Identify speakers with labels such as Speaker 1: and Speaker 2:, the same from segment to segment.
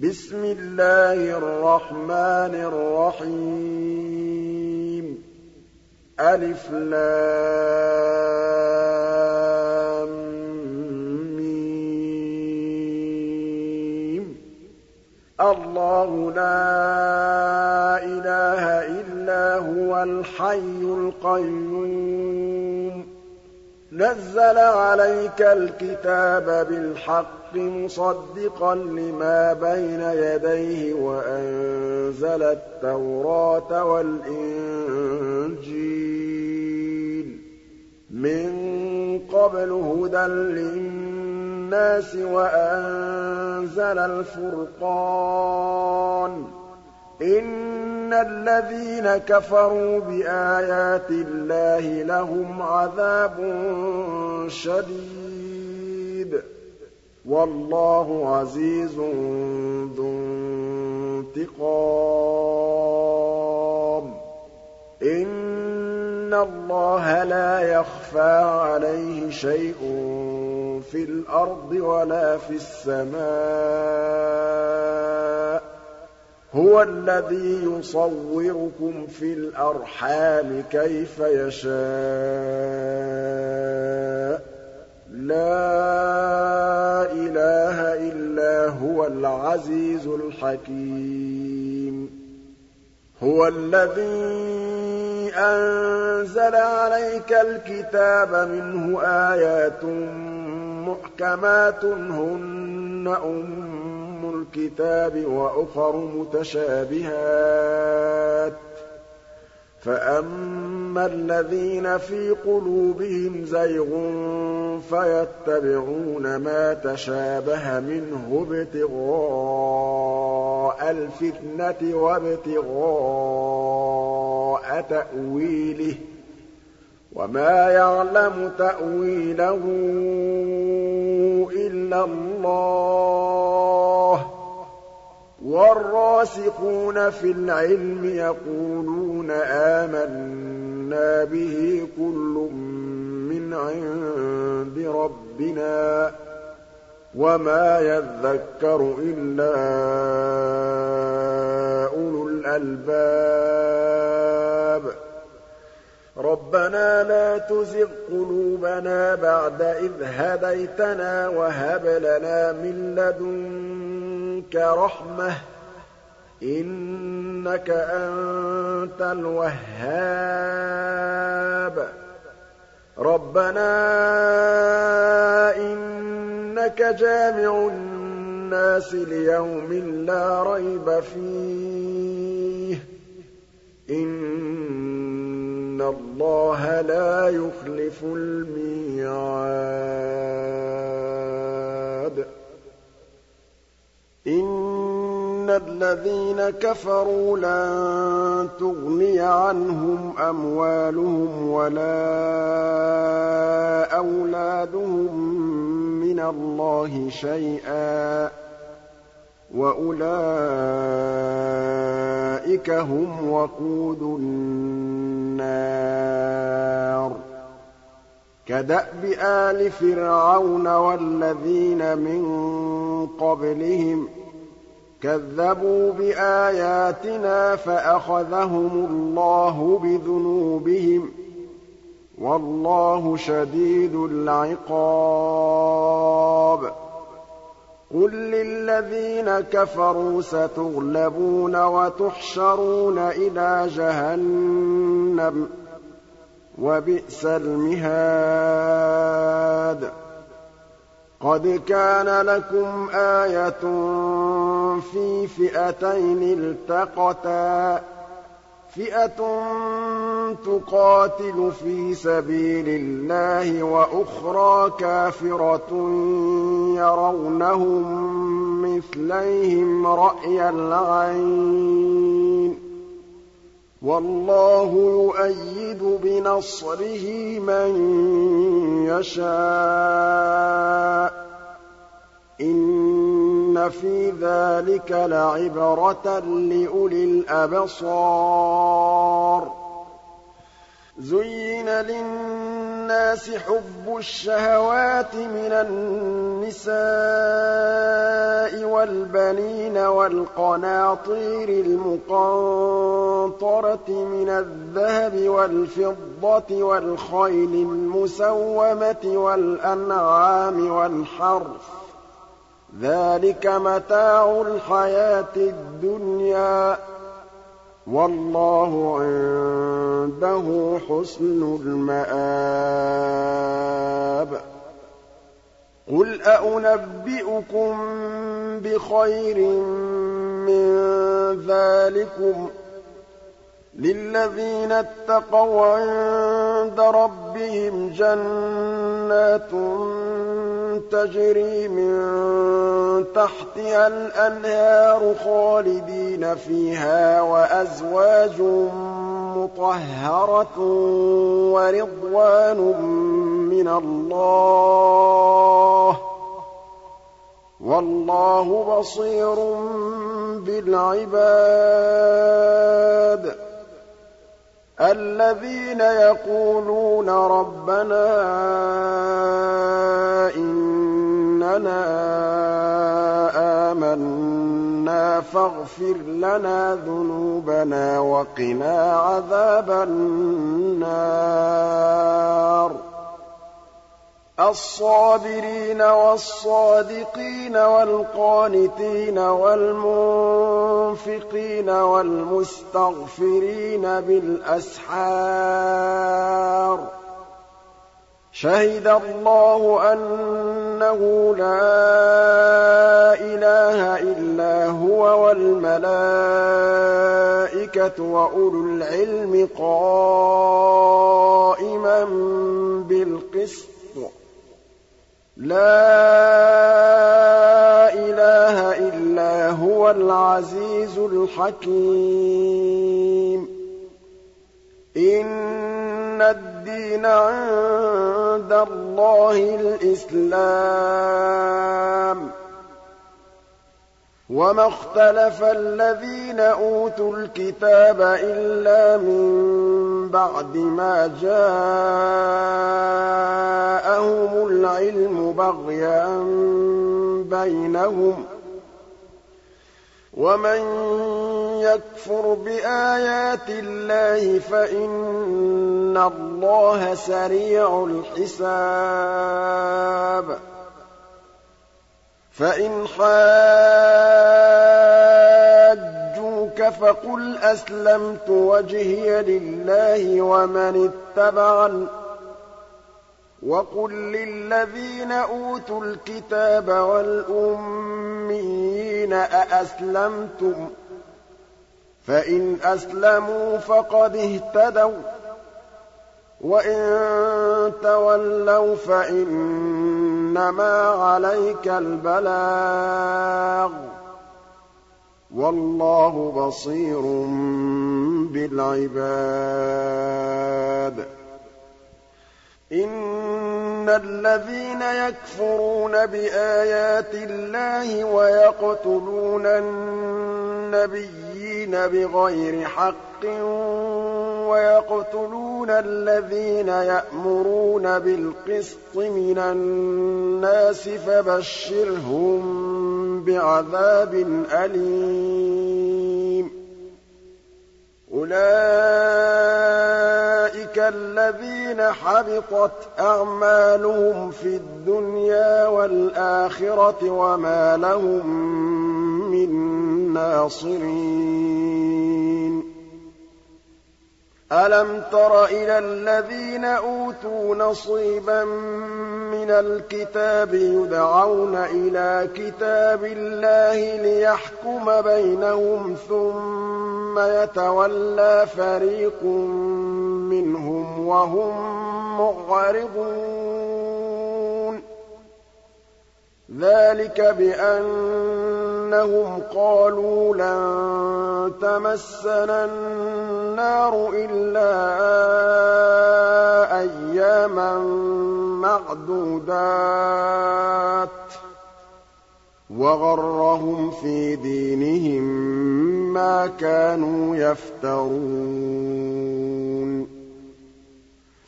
Speaker 1: بسم الله الرحمن الرحيم ألف لام ميم الله لا إله إلا هو الحي القيوم نزل عليك الكتاب بالحق مصدقا لما بين يديه وأنزل التوراة والإنجيل من قبل هدى للناس وأنزل الفرقان إن الذين كفروا بآيات الله لهم عذاب شديد والله عزيز ذو انتقام إن الله لا يخفى عليه شيء في الأرض ولا في السماء هو الذي يصوركم في الأرحام كيف يشاء لا إله إلا هو العزيز الحكيم هو الذي أنزل عليك الكتاب منه آيات محكمات هن الكتاب وأخر متشابهات فأما الذين في قلوبهم زيغ فيتبعون ما تشابه منه ابتغاء الفتنة وابتغاء تأويله وما يعلم تأويله إلا الله والراسخون في العلم يقولون آمنا به كل من عند ربنا وما يذكر إلا أولو الألباب ربنا لا تزغ قلوبنا بعد إذ هديتنا وهب لنا من لدنك رحمة إنك أنت الوهاب ربنا إنك جامع الناس ليوم لا ريب فيه إن الله لا يخلف الميعاد إن الذين كفروا لن تغني عنهم أموالهم ولا أولادهم من الله شيئا وأولئك هم وقود النار كدأب آل فرعون والذين من قبلهم كذبوا بآياتنا فأخذهم الله بذنوبهم والله شديد العقاب قل للذين كفروا ستغلبون وتحشرون إلى جهنم وبئس المهاد قد كان لكم آية في فئتين التقتا فئة تقاتل في سبيل الله وأخرى كافرة يرونهم مثليهم رأي العين والله يؤيد بنصره من يشاء إن في ذلك لعبرة لأولي الأبصار زُيِّنَ لِلنَّاسِ حُبُّ الشَّهَوَاتِ مِنَ النِّسَاءِ وَالْبَنِينَ وَالْقَنَاطِيرِ الْمُقَنطَرَةِ مِنَ الذَّهَبِ وَالْفِضَّةِ وَالْخَيْلِ الْمُسَوَّمَةِ وَالْأَنْعَامِ وَالْحَرْثِ ۗ ذَٰلِكَ مَتَاعُ الْحَيَاةِ الدُّنْيَا ۖ وَاللَّهُ عِندَهُ حُسْنُ الْمَآبِ. قُلْ أَؤُنَبِّئُكُم بِخَيْرٍ مِّن ذَٰلِكُمْ ۚ لِلَّذِينَ اتَّقَوْا عِندَ رَبِّهِمْ جَنَّاتٌ تَجْرِي مِن تَحْتِهَا الْأَنْهَارُ خَالِدِينَ فِيهَا وَأَزْوَاجٌ مُّطَهَّرَةٌ وَرِضْوَانٌ مِّنَ اللَّهِ ۗ وَاللَّهُ بَصِيرٌ بِالْعِبَادِ. الَّذِينَ يَقُولُونَ رَبَّنَا إِنَّنَا آمَنَّا فَاغْفِرْ لَنَا ذُنُوبَنَا وَقِنَا عَذَابَ النَّارِ. الصَّابِرِينَ وَالصَّادِقِينَ وَالْقَانِتِينَ وَالْمُنفِقِينَ وَالْمُسْتَغْفِرِينَ بِالْأَسْحَارِ. شَهِدَ اللَّهُ أَنَّهُ لَا إِلَٰهَ إِلَّا هُوَ وَالْمَلَائِكَةُ وَأُولُو الْعِلْمِ قَائِمًا بِالْقِسْطِ ۚ لَا إِلَٰهَ إِلَّا هُوَ الْعَزِيزُ الْحَكِيمُ. إِنَّ الدِّينَ عِندَ اللَّهِ الْإِسْلَامُ ۗ وَمَا اخْتَلَفَ الَّذِينَ أُوتُوا الْكِتَابَ إِلَّا مِن بَعْدِ مَا جَاءَهُمُ الْعِلْمُ بَغْيًا بَيْنَهُمْ ۗ وَمَن يَكْفُرْ بِآيَاتِ اللَّهِ فَإِنَّ اللَّهَ سَرِيعُ الْحِسَابِ. فَإِنْ حَاجُّوكَ فَقُلْ أَسْلَمْتُ وَجْهِيَ لِلَّهِ وَمَنِ اتَّبَعَنِ ۗ وَقُل لِّلَّذِينَ أُوتُوا الْكِتَابَ وَالْأُمِّيِّينَ أَأَسْلَمْتُمْ ۚ فَإِنْ أَسْلَمُوا فَقَدِ اهْتَدَوا ۖ وَّإِن تَوَلَّوْا فَإِنَّمَا عَلَيْكَ الْبَلَاغُ ۗ وَاللَّهُ بَصِيرٌ بِالْعِبَادِ. إِنَّ الَّذِينَ يَكْفُرُونَ بِآيَاتِ اللَّهِ وَيَقْتُلُونَ النَّبِيِّينَ بِغَيْرِ حَقٍّ وَيَقْتُلُونَ الَّذِينَ يَأْمُرُونَ بِالْقِسْطِ مِنَ النَّاسِ فَبَشِّرْهُم بِعَذَابٍ أَلِيمٍ. أُولَٰئِكَ الَّذِينَ حَبِطَتْ أَعْمَالُهُمْ فِي الدُّنْيَا وَالْآخِرَةِ وَمَا لَهُم مِّن نَّاصِرِينَ. أَلَمْ تَرَ إِلَى الَّذِينَ أُوتُوا نَصِيبًا مِّنَ الْكِتَابِ يُدْعَوْنَ إِلَىٰ كِتَابِ اللَّهِ لِيَحْكُمَ بَيْنَهُمْ ثُمَّ يَتَوَلَّىٰ فَرِيقٌ مِّنْهُمْ وَهُم مُّعْرِضُونَ. ذَٰلِكَ بِأَنَّهُمْ قَالُوا لَن تَمَسَّنَا النَّارُ إِلَّا أَيَّامًا مَّعْدُودَاتٍ ۖ وَغَرَّهُمْ فِي دِينِهِم مَّا كَانُوا يَفْتَرُونَ.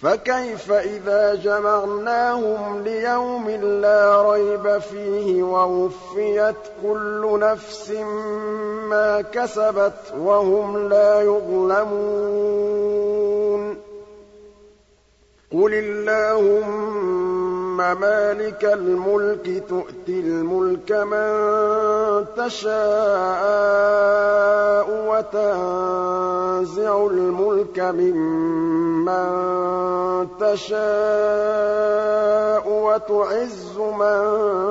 Speaker 1: فكيف إذا جمعناهم ليوم لا ريب فيه ووفيت كل نفس ما كسبت وهم لا يظلمون قل اللهم مالك الملك تؤتي الملك من تشاء وتنزع الملك ممن تشاء وتعز من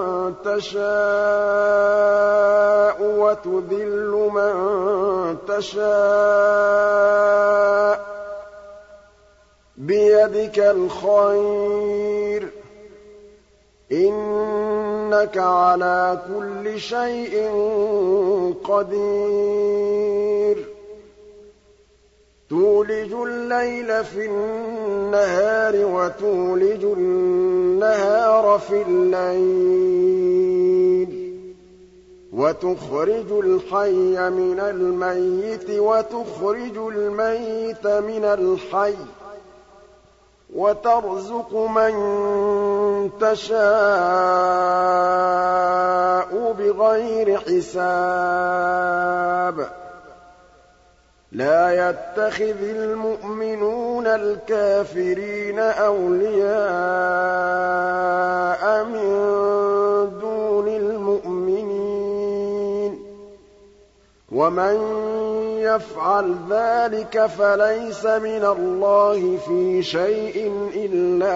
Speaker 1: تشاء وتذل من تشاء بيدك الخير إنك على كل شيء قدير تولج الليل في النهار وتولج النهار في الليل وتخرج الحي من الميت وتخرج الميت من الحي وترزق من تشاء بغير حساب لا يتخذ المؤمنون الكافرين أولياء من دون المؤمنين ومن يفعل ذلك فليس من الله في شيء إلا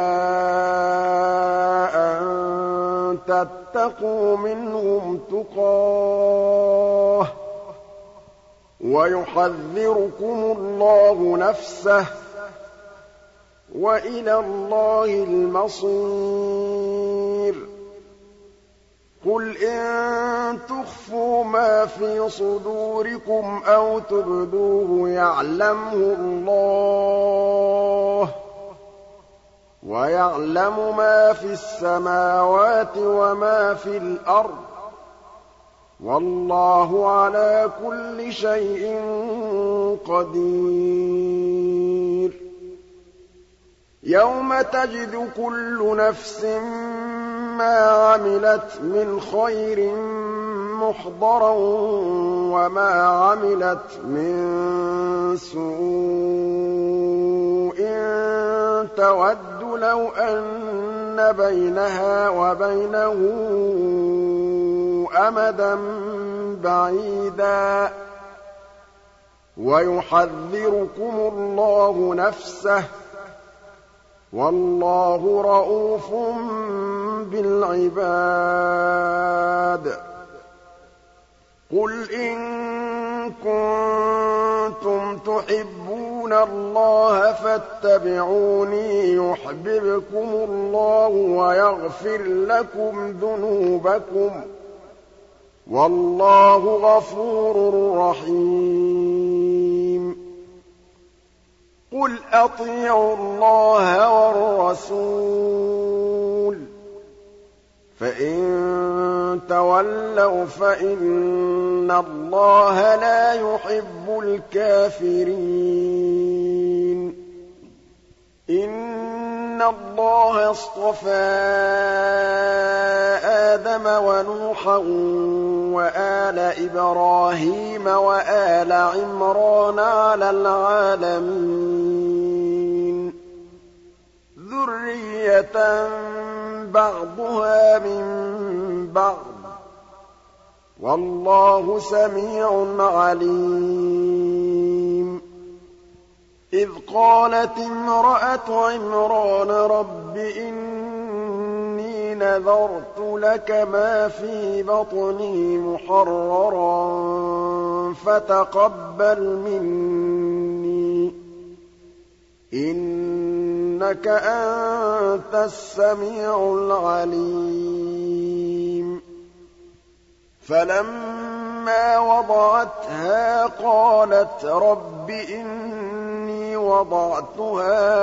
Speaker 1: أن تتقوا منهم تقاه ويحذركم الله نفسه وإلى الله المصير قل إن تخفوا ما في صدوركم أو تبدوه يعلمه الله ويعلم ما في السماوات وما في الأرض والله على كل شيء قدير يوم تجد كل نفس ما عملت من خير محضرا وما عملت من سوء تود لو أن بينها وبينه أمدا بعيدا ويحذركم الله نفسه والله رءوف بالعباد قل إن كنتم تحبون الله فاتبعوني يحببكم الله ويغفر لكم ذنوبكم والله غفور رحيم قل أطيعوا الله والرسول فإن تولوا فإن الله لا يحب الكافرين إن الله اصطفى آدم ونوحا وآل إبراهيم وآل عمران على العالمين ذرية بعضها من بعض والله سميع عليم إذ قالت امرأة عمران رب إني نذرت لك ما في بطني محررا فتقبل مني إنك أنت السميع العليم فلما وضعتها قالت رب إني وضعتها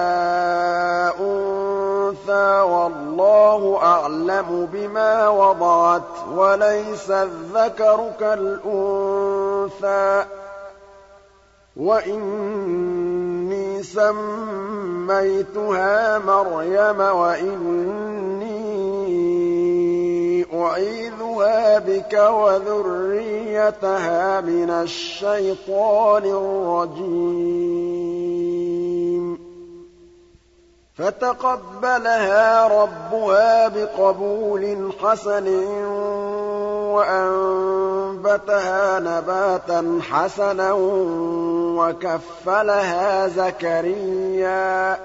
Speaker 1: أنثى والله أعلم بما وضعت وليس الذكر كالأنثى وإني سميتها مريم وإني أعيذها بك وذريتها من الشيطان الرجيم فتقبلها ربها بقبول حسن وأنبتها نباتا حسنا وكفلها زكريا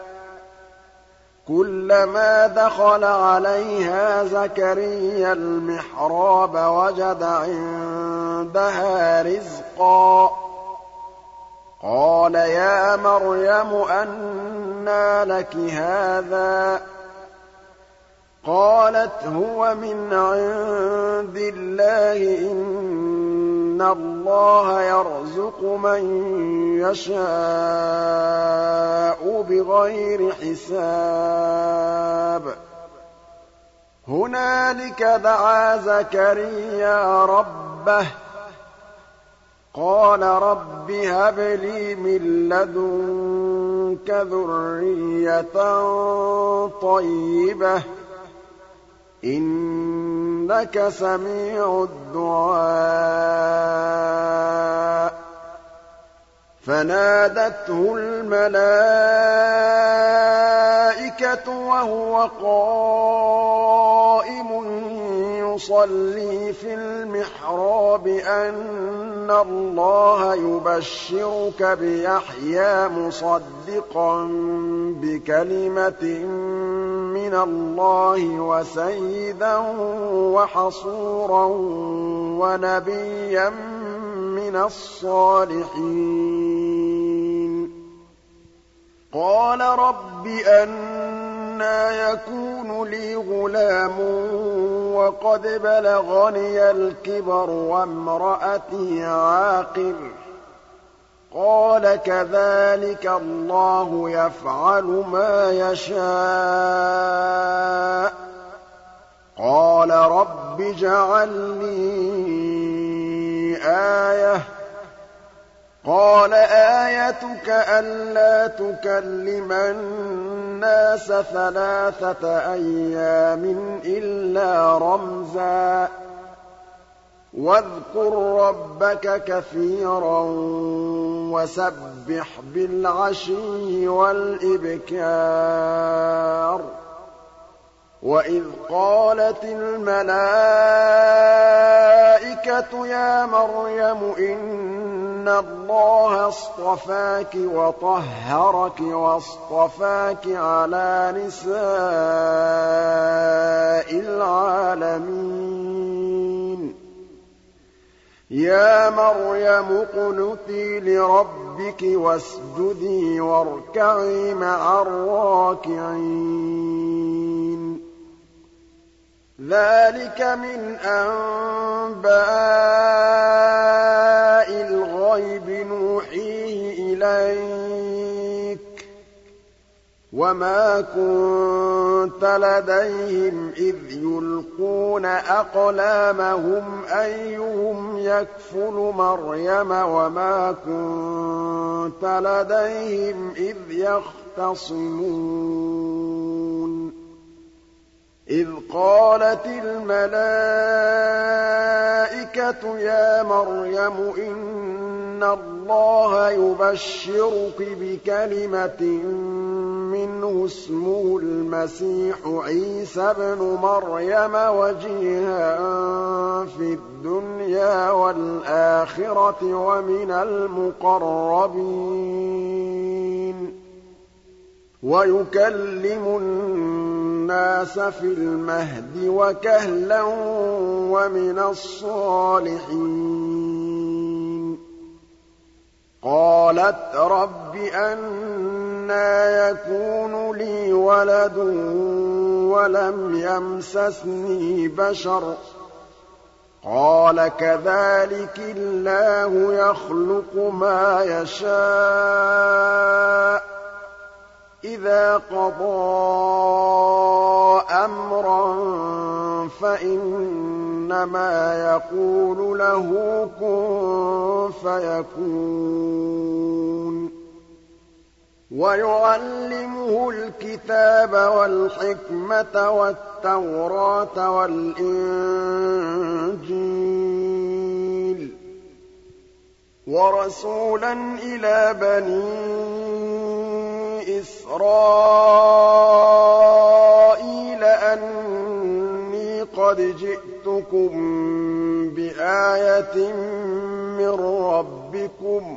Speaker 1: كلما دخل عليها زكريا المحراب وجد عندها رزقا قال يا مريم أنى لك هذا قالت هو من عند الله إن الله يرزق من يشاء بغير حساب هنالك دعا زكريا ربه قال رب هب لي من لدنك ذرية طيبة إنك سميع الدعاء فنادته الملائكة وهو قائم يصلي في المحراب أن الله يبشرك بيحيى مصدقا بكلمة من الله وسيدا وحصورا ونبيا من الصالحين قال رب أنى يكون لي غلام وقد بلغني الكبر وامرأتي عاقر قال كذلك الله يفعل ما يشاء قال رب اجعل لي آية قال آيتك ألا تكلم الناس 3 أيام إلا رمزا واذكر ربك كثيرا وسبح بالعشي والإبكار وإذ قالت الملائكة يا مريم إن الله اصطفاك وطهرك واصطفاك على نساء العالمين يا مريم اقنتي لربك واسجدي واركعي مع الراكعين ذلك من أنباء الغيب نوحيه إليك وما كنت لديهم إذ يلقون أقلامهم أيهم يكفل مريم وما كنت لديهم إذ يختصمون إذ قالت الملائكة يا مريم إن الله يبشرك بكلمة منه اسمه المسيح عيسى ابن مريم وجيها في الدنيا والآخرة ومن المقربين ويكلم الناس في المهد وكهلا ومن الصالحين قالت رب أنى يكون لي ولد ولم يمسسني بشر قال كذلك الله يخلق ما يشاء إذا قضى أمرا فإنما يقول له كن فيكون وَيُعَلِّمُهُ الْكِتَابَ وَالْحِكْمَةَ وَالتَّوْرَاةَ وَالْإِنجِيلَ وَرَسُولًا إِلَىٰ بَنِي إِسْرَائِيلَ أَنِّي قَدْ جِئْتُكُم بِآيَةٍ مِّن رَّبِّكُمْ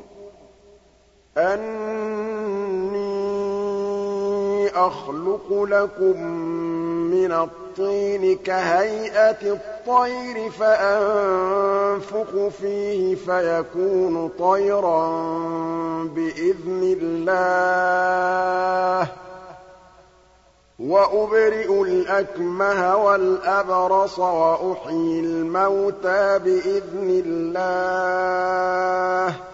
Speaker 1: أَنِّي أَخْلُقُ لَكُم مِّنَ الطِّينِ كَهَيْئَةِ الطَّيْرِ فَأَنفُخُ فِيهِ فَيَكُونُ طَيْرًا بِإِذْنِ اللَّهِ ۖ وَأُبْرِئُ الْأَكْمَهَ وَالْأَبْرَصَ وَأُحْيِي الْمَوْتَىٰ بِإِذْنِ اللَّهِ ۖ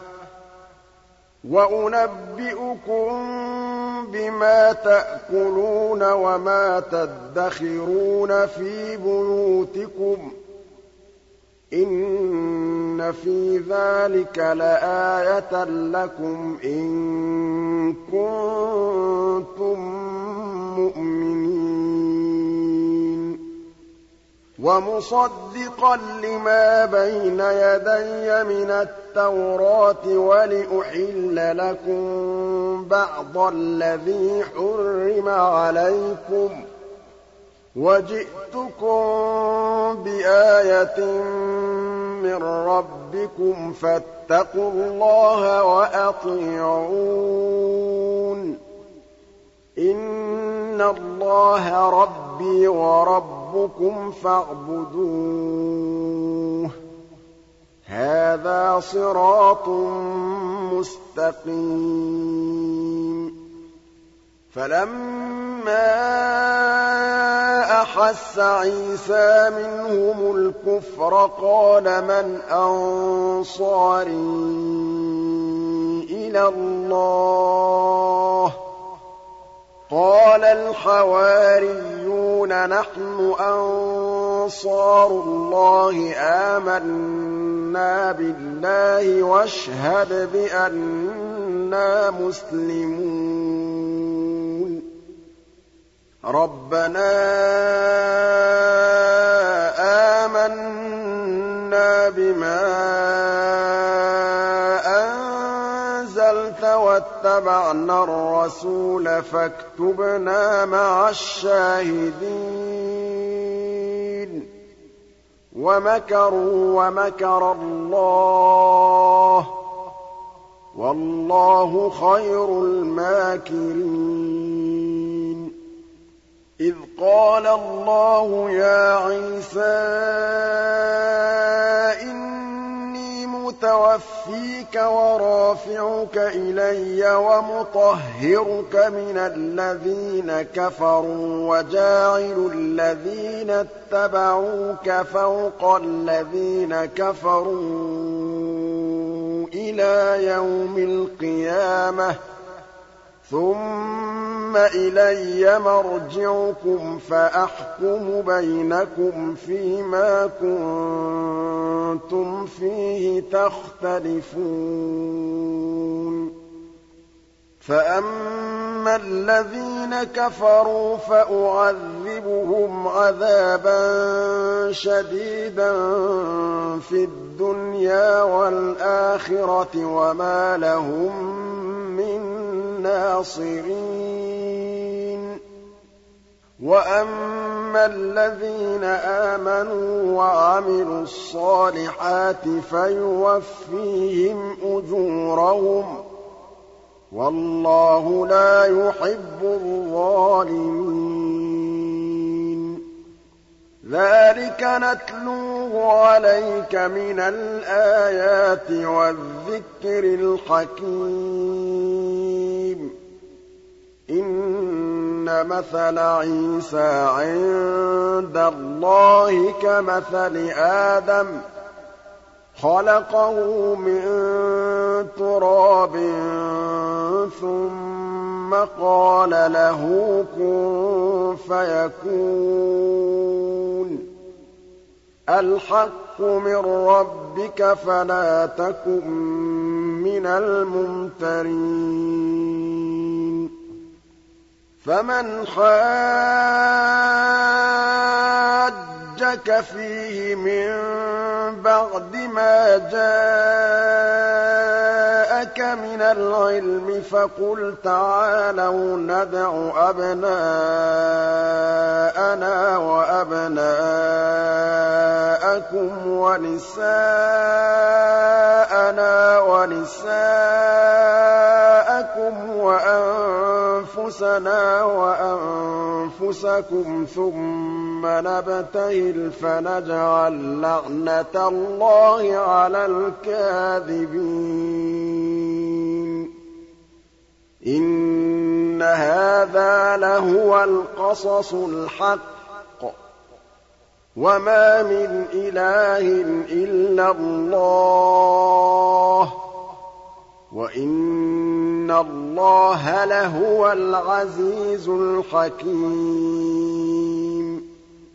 Speaker 1: وَأُنَبِّئُكُم بِمَا تَأْكُلُونَ وَمَا تَدَّخِرُونَ فِي بُيُوتِكُمْ ۚ إِنَّ فِي ذَٰلِكَ لَآيَةً لَّكُمْ إِن كُنتُم مُّؤْمِنِينَ وَمُصَدِّقًا لِّمَا بَيْنَ يَدَيَّ مِنَ التَّوْرَاةِ وَلِأُحِلَّ لَكُم بَعْضَ الَّذِي حُرِّمَ عَلَيْكُمْ ۚ وَجِئْتُكُم بِآيَةٍ مِّن رَّبِّكُمْ فَاتَّقُوا اللَّهَ وَأَطِيعُونِ ۚ إِنَّ اللَّهَ رَبِّي وَرَبُّكُمْ فَاعْبُدُوهُ ۚ هَٰذَا صِرَاطٌ مُّسْتَقِيمٌ فَلَمَّا أَحَسَّ عِيسَىٰ مِنْهُمُ الْكُفْرَ قَالَ مَنْ أَنصَارِي إِلَى اللَّهِ ۖ قَالَ الْحَوَارِيُّونَ نَحْنُ أَنصَارُ اللَّهِ آمَنَّا بِاللَّهِ وَاشْهَدْ بِأَنَّا مُسْلِمُونَ رَبَّنَا آمَنَّا بِمَا أَنزَلْتَ وَاتَّبَعْنَا الرَّسُولَ فَاكْتُبْنَا مَعَ الشَّاهِدِينَ وَمَكَرُوا وَمَكَرَ اللَّهُ ۖ وَاللَّهُ خَيْرُ الْمَاكِرِينَ إِذْ قَالَ اللَّهُ يَا عِيسَىٰ إِنِّي مُتَوَفِّيكَ وَرَافِعُكَ إِلَيَّ وَمُطَهِّرُكَ مِنَ الَّذِينَ كَفَرُوا وَجَاعِلُ الَّذِينَ اتَّبَعُوكَ فَوْقَ الَّذِينَ كَفَرُوا إِلَىٰ يَوْمِ الْقِيَامَةِ ۖ ثُمَّ إِلَيَّ مَرْجِعُكُمْ فَأَحْكُمُ بَيْنَكُمْ فِيمَا كُنتُمْ فِيهِ تَخْتَلِفُونَ فَأَمَّا الَّذِينَ كَفَرُوا فَأُعَذِّبُهُمْ عَذَابًا شَدِيدًا فِي الدُّنْيَا وَالْآخِرَةِ وَمَا لَهُم مِّن نَّاصِرِينَ وَأَمَّا الَّذِينَ آمَنُوا وَعَمِلُوا الصَّالِحَاتِ فَيُوَفِّيهِمْ أُجُورَهُمْ ۗ وَاللَّهُ لَا يُحِبُّ الظَّالِمِينَ ذَٰلِكَ نَتْلُوهُ عَلَيْكَ مِنَ الْآيَاتِ وَالذِّكْرِ الْحَكِيمِ إِنَّ مَثَلَ عِيسَىٰ عِندَ اللَّهِ كَمَثَلِ آدَمَ ۖ خَلَقَهُ مِن تُرَابٍ ثُمَّ قَالَ لَهُ كُن فَيَكُونُ الْحَقُّ مِن رَّبِّكَ فَلَا تَكُن مِّنَ الْمُمْتَرِينَ فَمَنْ حَاجَّكَ فِيهِ مِن بَعْدِ مَا جَاءَكَ مِنَ الْعِلْمِ فَقُلْ تَعَالَوْا نَدْعُ أَبْنَاءَنَا وَأَبْنَاءَكُمْ وَنِسَاءَنَا وَنِسَاءَكُمْ وَأَنفُسَنَا وَأَنفُسَكُمْ ثُمَّ نَبْتَهِلْ فَنَجْعَلْ لَعْنَتَ اللَّهِ عَلَى الْكَاذِبِينَ إِنَّ هَٰذَا لَهُوَ الْقَصَصُ الْحَقُّ ۚ وَمَا مِنْ إِلَٰهٍ إِلَّا اللَّهُ ۚ وَإِنَّ اللَّهَ لَهُوَ الْعَزِيزُ الْحَكِيمُ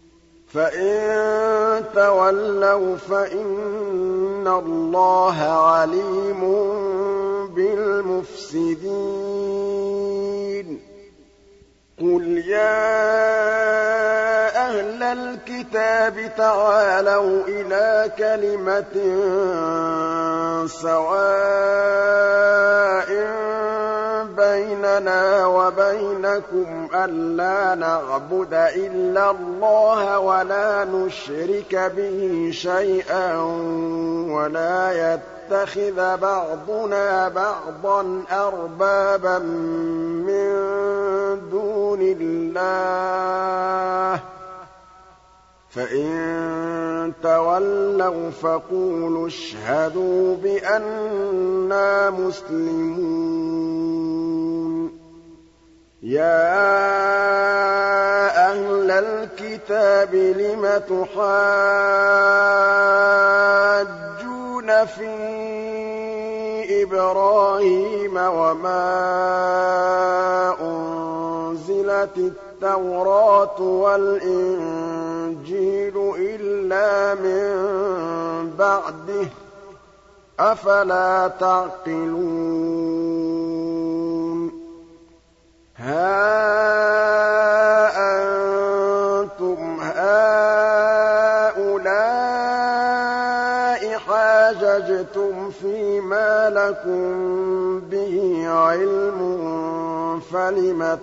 Speaker 1: فَإِن تَوَلَّوْا فَإِنَّ اللَّهَ عَلِيمٌ بِالْمُفْسِدِينَ قُلْ يَا أَهْلَ الْكِتَابِ تَعَالَوْا إِلَىٰ كَلِمَةٍ سَوَاءٍ بَيْنَنَا وَبَيْنَكُمْ أَلَّا نَعْبُدَ إِلَّا اللَّهَ وَلَا نُشْرِكَ بِهِ شَيْئًا وَلَا يَتَّخِذَ بَعْضُنَا بَعْضًا أَرْبَابًا مِّن دُونِ اللَّهِ ۚ فَإِن تَوَلَّوْا فَقُولُوا اشْهَدُوا بِأَنَّا مُسْلِمُونَ يَا أَهْلَ الْكِتَابِ لِمَ تُحَاجُّونَ فِي إِبْرَاهِيمَ وَمَا أُنزِلَتِ التَّوْرَاةُ وَالْإِنجِيلُ إِلَّا مِن بَعْدِهِ ۚ أَفَلَا تَعْقِلُونَ هَا أَنتُمْ هَٰؤُلَاءِ حَاجَجْتُمْ فِيمَا لَكُم بِهِ عِلْمٌ فَلِمَ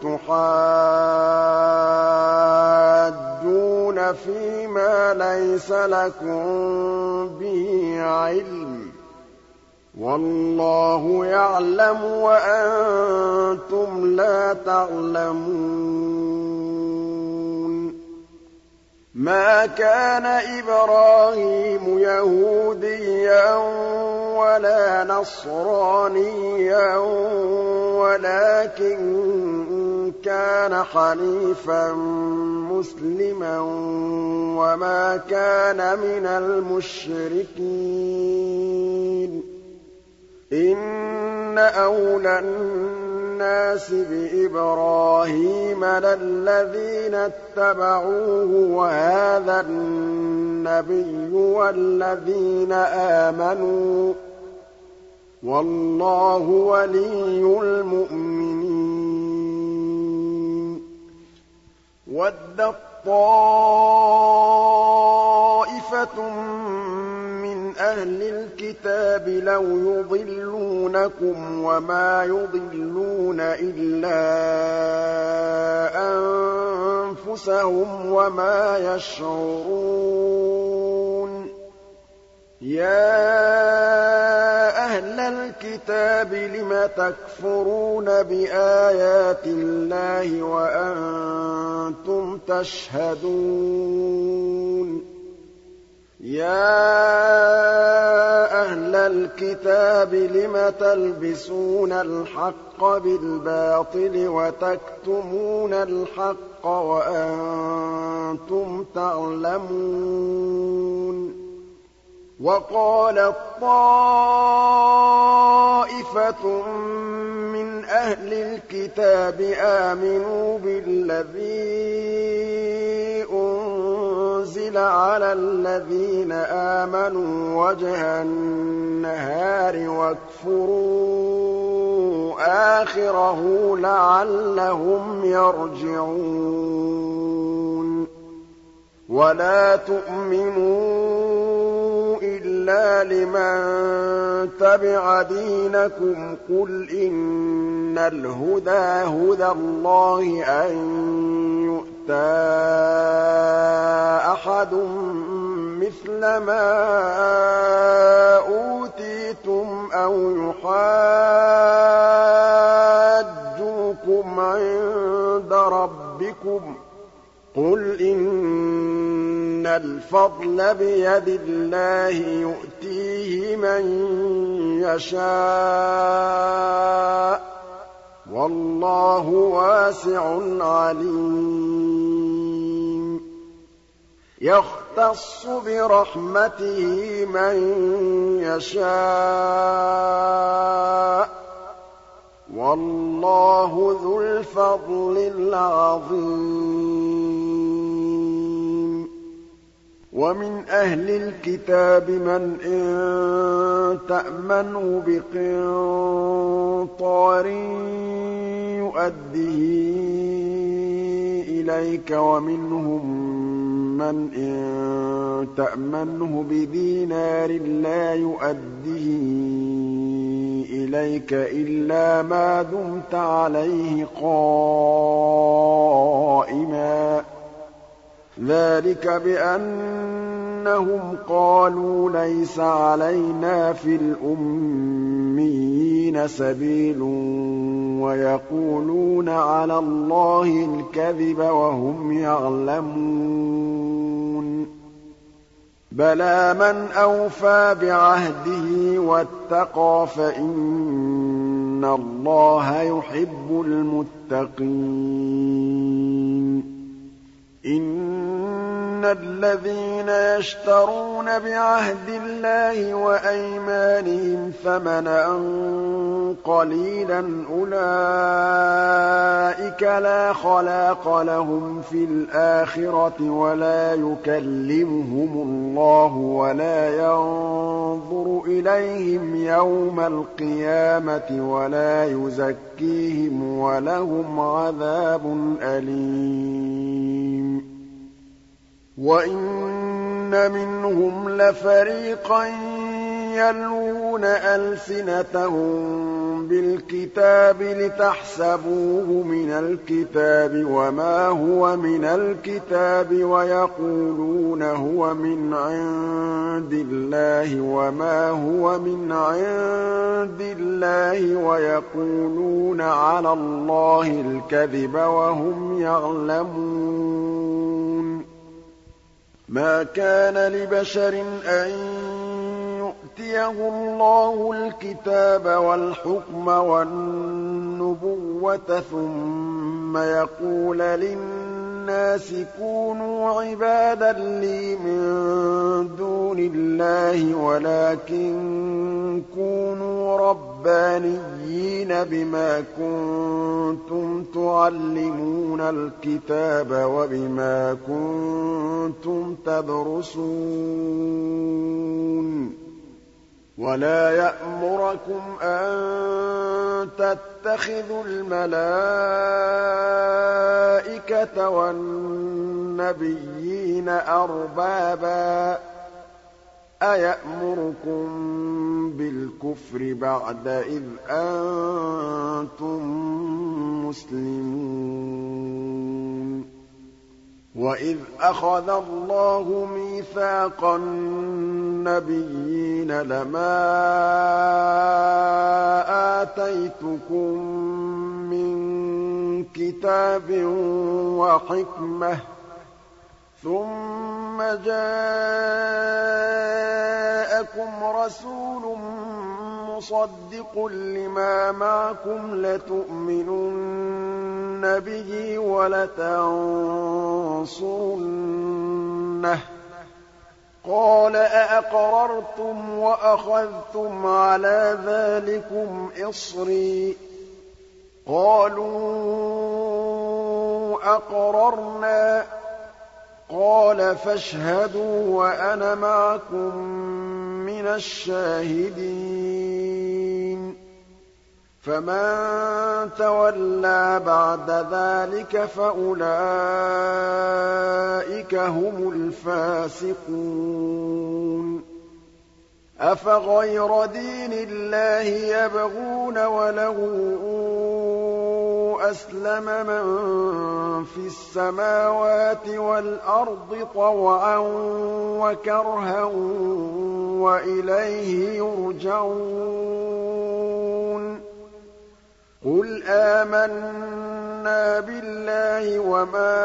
Speaker 1: تُحَاجُّونَ فِيمَا لَيْسَ لَكُم بِهِ عِلْمٌ ۚ وَاللَّهُ يَعْلَمُ وَأَنتُمْ لَا تَعْلَمُونَ مَا كَانَ إِبْرَاهِيمُ يَهُودِيًّا وَلَا نَصْرَانِيًّا وَلَٰكِن كَانَ حَنِيفًا مُّسْلِمًا وَمَا كَانَ مِنَ الْمُشْرِكِينَ إِنَّ أَوْلَى النَّاسِ بِإِبْرَاهِيمَ لَلَّذِينَ اتَّبَعُوهُ وَهَٰذَا النَّبِيُّ وَالَّذِينَ آمَنُوا ۗ وَاللَّهُ وَلِيُّ الْمُؤْمِنِينَ وَدَّت طَّائِفَةٌ مِّنْ أَهْلِ الْكِتَابِ لَوْ يُضِلُّونَكُمْ وَمَا يُضِلُّونَ إِلَّا أَنفُسَهُمْ وَمَا يَشْعُرُونَ يَا أَهْلَ الْكِتَابِ لِمَ تَكْفُرُونَ بِآيَاتِ اللَّهِ وَأَنتُمْ تَشْهَدُونَ يَا أَهْلَ الْكِتَابِ لِمَ تَلْبِسُونَ الْحَقَّ بِالْبَاطِلِ وَتَكْتُمُونَ الْحَقَّ وَأَنتُمْ تَعْلَمُونَ وَقَالَت طَّائِفَةٌ مِّنْ أَهْلِ الْكِتَابِ آمِنُوا بِالَّذِي أُنزِلَ عَلَى الَّذِينَ آمَنُوا وَجْهَ النَّهَارِ وَاكْفُرُوا آخِرَهُ لَعَلَّهُمْ يَرْجِعُونَ وَلَا تُؤْمِنُوا إِلَّا لِمَن تَبِعَ دِينَكُمْ قُلْ إِنَّ الْهُدَىٰ هُدَى اللَّهِ أَن يُؤْتَىٰ أَحَدٌ مِّثْلَ مَا أُوتِيتُمْ أَوْ يُحَاجُّوكُمْ عِندَ رَبِّكُمْ ۗ قُلْ إِنَّ الْفَضْلَ بِيَدِ اللَّهِ يُؤْتِيهِ مَن يَشَاءُ ۗ وَاللَّهُ وَاسِعٌ عَلِيمٌ يَخْتَصُّ بِرَحْمَتِهِ مَن يَشَاءُ ۗ وَاللَّهُ ذُو الْفَضْلِ الْعَظِيمِ وَمِنْ أَهْلِ الْكِتَابِ مَنْ إِن تَأْمَنْهُ بِقِنطَارٍ يُؤَدِّهِ إِلَيْكَ وَمِنْهُم مَّنْ إِن تَأْمَنْهُ بِدِينَارٍ لَّا يُؤَدِّهِ إِلَيْكَ إِلَّا مَا دُمْتَ عَلَيْهِ قَائِمًا ۗ ذَٰلِكَ بِأَنَّهُمْ قَالُوا لَيْسَ عَلَيْنَا فِي الْأُمِّيِّينَ سَبِيلٌ وَيَقُولُونَ عَلَى اللَّهِ الْكَذِبَ وَهُمْ يَعْلَمُونَ بَلَىٰ مَنْ أَوْفَىٰ بِعَهْدِهِ وَاتَّقَىٰ فَإِنَّ اللَّهَ يُحِبُّ الْمُتَّقِينَ إِنَّ الَّذِينَ يَشْتَرُونَ بِعَهْدِ اللَّهِ وَأَيْمَانِهِمْ ثَمَنًا قَلِيلًا أُولَٰئِكَ لَا خَلَاقَ لَهُمْ فِي الْآخِرَةِ وَلَا يُكَلِّمُهُمُ اللَّهُ وَلَا يَنظُرُ إِلَيْهِمْ يَوْمَ الْقِيَامَةِ وَلَا يُزَكِّيهِمْ وَلَهُمْ عَذَابٌ أَلِيمٌ وَإِنَّ مِنْهُمْ لَفَرِيقًا يَلْوُونَ أَلْسِنَتَهُم بِالْكِتَابِ لِتَحْسَبُوهُ مِنَ الْكِتَابِ وَمَا هُوَ مِنَ الْكِتَابِ وَيَقُولُونَ هُوَ مِنْ عِندِ اللَّهِ وَمَا هُوَ مِنْ عِندِ اللَّهِ وَيَقُولُونَ عَلَى اللَّهِ الْكَذِبَ وَهُمْ يَعْلَمُونَ مَا كَانَ لِبَشَرٍ أَن يُؤْتِيَهُ اللَّهُ الْكِتَابَ وَالْحُكْمَ وَالنُّبُوَّةَ ثُمَّ يَقُولَ لِلنَّاسِ كُونُوا عِبَادًا لِّي مِن دُونِ اللَّهِ وَلَٰكِن كُونُوا رَبَّانِيِّينَ بِمَا كُنتُمْ تُعَلِّمُونَ الْكِتَابَ وَبِمَا كُنتُمْ تَدْرُسُونَ وَلَا يَأْمُرَكُمْ أَن تَتَّخِذُوا الْمَلَائِكَةَ وَالنَّبِيِّينَ أَرْبَابًا ۗ أَيَأْمُرُكُم بِالْكُفْرِ بَعْدَ إِذْ أَنتُم مُّسْلِمُونَ وَإِذْ أَخَذَ اللَّهُ مِيثَاقَ النَّبِيِّينَ لَمَا آتَيْتُكُم مِّن كِتَابٍ وَحِكْمَةٍ ثُمَّ جَاءَكُمْ رَسُولٌ مُّصَدِّقٌ لِّمَا مَعَكُمْ لَتُؤْمِنُنَّ بِهِ وَلَتَنصُرُنَّهُ ۚ قَالَ أَأَقْرَرْتُمْ وَأَخَذْتُمْ عَلَىٰ ذَٰلِكُمْ إِصْرِي ۖ قَالُوا أَقْرَرْنَا ۚ قَالَ فَاشْهَدُوا وَأَنَا مَعَكُم مِّنَ الشَّاهِدِينَ فَمَن تَوَلَّىٰ بَعْدَ ذَٰلِكَ فَأُولَٰئِكَ هُمُ الْفَاسِقُونَ أَفَغَيْرَ دِينِ اللَّهِ يَبْغُونَ وَلَهُ أَسْلَمَ مَن فِي السَّمَاوَاتِ وَالْأَرْضِ طَوْعًا وَكَرْهًا وَإِلَيْهِ يُرْجَعُونَ قُلْ آمَنَّا بِاللَّهِ وَمَا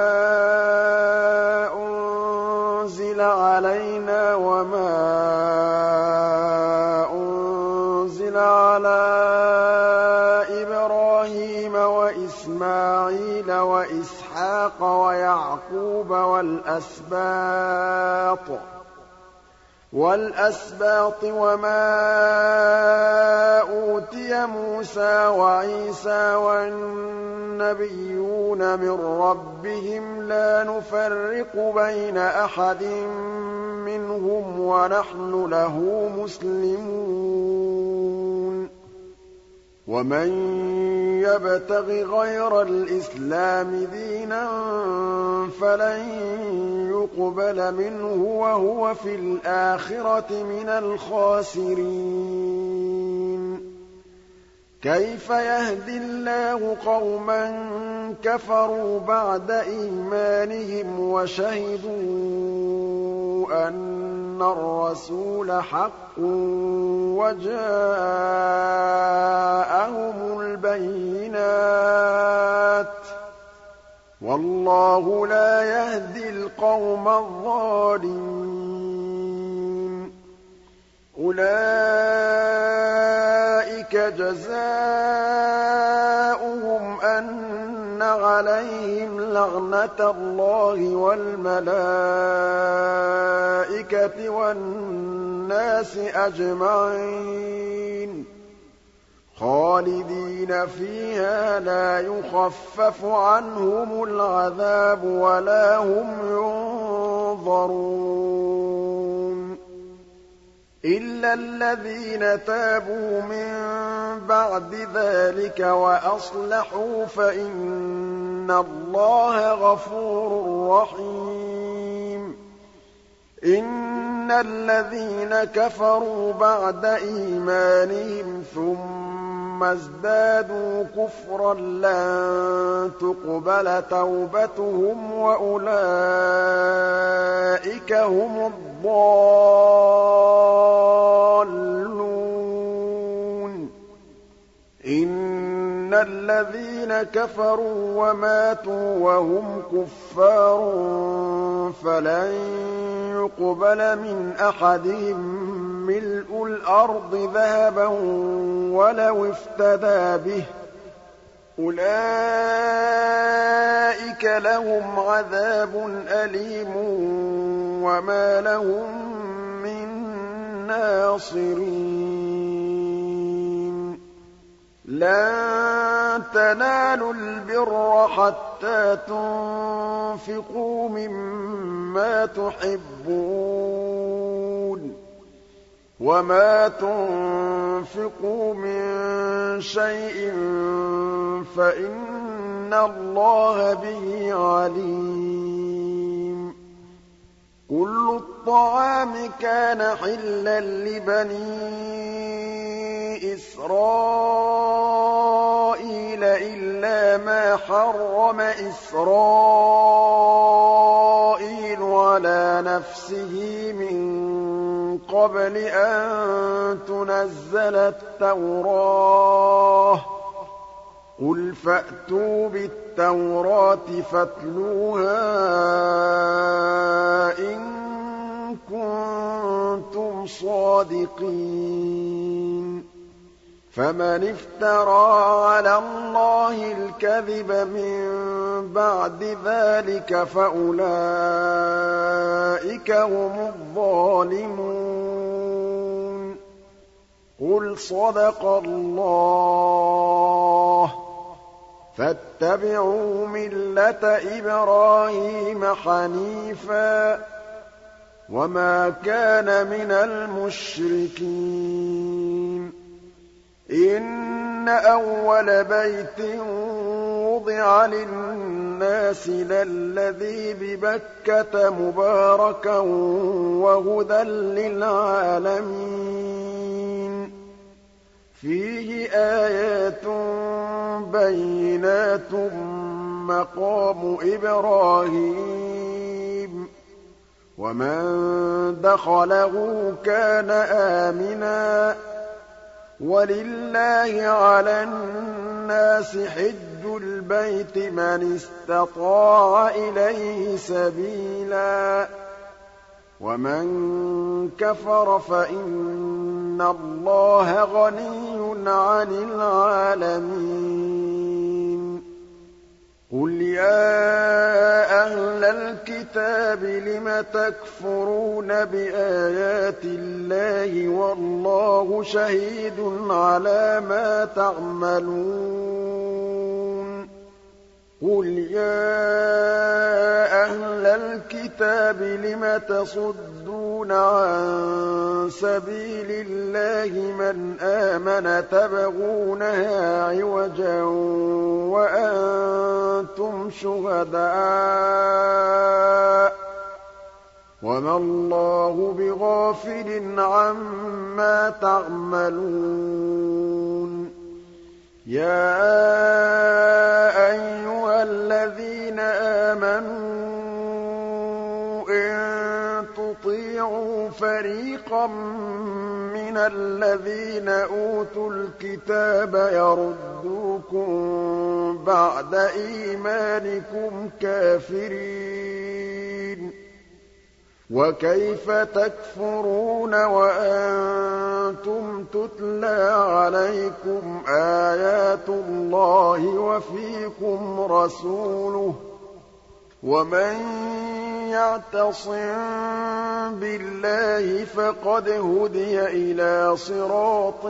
Speaker 1: أُنزِلَ عَلَيْنَا وَمَا أُنزِلَ عَلَىٰ إِبْرَاهِيمَ وَإِسْمَاعِيلَ وَإِسْحَاقَ وَيَعْقُوبَ وَالْأَسْبَاطِ وَمَا أُوتِيَ مُوسَىٰ وَعِيسَىٰ وَالنَّبِيُّونَ مِن رَّبِّهِمْ لَا نُفَرِّقُ بَيْنَ أَحَدٍ مِّنْهُمْ وَنَحْنُ لَهُ مُسْلِمُونَ وَمَن يَبْتَغِ غَيْرَ الْإِسْلَامِ دِينًا فَلَن يُقْبَلَ مِنْهُ وَهُوَ فِي الْآخِرَةِ مِنَ الْخَاسِرِينَ كَيْفَ يَهْدِي اللَّهُ قَوْمًا كَفَرُوا بَعْدَ إِيمَانِهِمْ وَشَهِدُوا أَنَّ الرَّسُولَ حَقٌّ وَجَاءَهُمُ الْبَيِّنَاتُ ۚ وَاللَّهُ لَا يَهْدِي الْقَوْمَ الظَّالِمِينَ أُولَٰئِكَ جَزَاؤُهُمْ أَنَّ عَلَيْهِمْ لَعْنَةَ اللَّهِ وَالْمَلَائِكَةِ وَالنَّاسِ أَجْمَعِينَ خَالِدِينَ فِيهَا لَا يُخَفَّفُ عَنْهُمُ الْعَذَابُ وَلَا هُمْ يُنظَرُونَ إِلَّا الَّذِينَ تَابُوا مِن بَعْدِ ذَٰلِكَ وَأَصْلَحُوا فَإِنَّ اللَّهَ غَفُورٌ رَّحِيمٌ إِنَّ الَّذِينَ كَفَرُوا بَعْدَ إِيمَانِهِمْ ثُمَّ ازْدَادُوا كُفْرًا لَّن تُقْبَلَ تَوْبَتُهُمْ وَأُولَٰئِكَ هُمُ الضَّالُّونَ إِنَّ الَّذِينَ كَفَرُوا وَمَاتُوا وَهُمْ كُفَّارٌ فَلَن يُقْبَلَ مِنْ أَحَدِهِم مِّلْءُ الْأَرْضِ ذَهَبًا وَلَوِ افْتَدَىٰ بِهِ ۗ أُولَٰئِكَ لَهُمْ عَذَابٌ أَلِيمٌ وَمَا لَهُم مِّن نَّاصِرِينَ لَن تَنَالُوا الْبِرَّ حَتَّىٰ تُنفِقُوا مِمَّا تُحِبُّونَ وَمَا تُنفِقُوا مِن شَيْءٍ فَإِنَّ اللَّهَ بِهِ عَلِيمٌ كُلُّ الطَّعَامِ كَانَ حِلًّا لِّبَنِي إِسْرَائِيلَ إِلَّا مَا حَرَّمَ إِسْرَائِيلُ عَلَىٰ نَفْسِهِ مِن قَبْلِ أَن تُنَزَّلَ التَّوْرَاةُ ۗ قُلْ فَأْتُوا بِالتَّوْرَاةِ فَاتْلُوهَا إِن كُنتُمْ صَادِقِينَ فَمَنِ افْتَرَىٰ عَلَى اللَّهِ الْكَذِبَ مِن بَعْدِ ذَٰلِكَ فَأُولَٰئِكَ هُمُ الظَّالِمُونَ قُلْ صَدَقَ اللَّهُ ۗ فَاتَّبِعُوا مِلَّةَ إِبْرَاهِيمَ حَنِيفًا ۖ وَمَا كَانَ مِنَ الْمُشْرِكِينَ إِنَّ أَوَّلَ بَيْتٍ وُضِعَ لِلنَّاسِ لَلَّذِي بِبَكَّةَ مُبَارَكًا وَهُدًى لِّلْعَالَمِينَ فِيهِ آيَاتٌ بَيِّنَاتٌ مَّقَامُ إِبْرَاهِيمَ وَمَن دَخَلَهُ كَانَ آمِنًا ۗ وَلِلَّهِ عَلَى النَّاسِ حِجُّ الْبَيْتِ مَنِ اسْتَطَاعَ إِلَيْهِ سَبِيلًا ۚ وَمَن كَفَرَ فَإِنَّ اللَّهَ غَنِيٌّ عَنِ الْعَالَمِينَ قُلْ يَا أَهْلَ الْكِتَابِ لِمَ تَكْفُرُونَ بِآيَاتِ اللَّهِ وَاللَّهُ شَهِيدٌ عَلَىٰ مَا تَعْمَلُونَ قُلْ يَا أَهْلَ الْكِتَابِ لِمَ تَصُدُّونَ عَن سَبِيلِ اللَّهِ مَنْ آمَنَ تَبْغُونَهَا عِوَجًا وَأَنتُمْ شُهَدَاءُ ۗ وَمَا اللَّهُ بِغَافِلٍ عَمَّا تَعْمَلُونَ يَا أَيُّهَا الَّذِينَ آمَنُوا إِن تُطِيعُوا فَرِيقًا مِّنَ الَّذِينَ أُوتُوا الْكِتَابَ يَرُدُّوكُم بَعْدَ إِيمَانِكُمْ كَافِرِينَ وَكَيْفَ تَكْفُرُونَ وَأَنتُمْ تُتْلَىٰ عَلَيْكُمْ آيَاتُ اللَّهِ وَفِيكُمْ رَسُولُهُ ۗ وَمَن يَعْتَصِم بِاللَّهِ فَقَدْ هُدِيَ إِلَىٰ صِرَاطٍ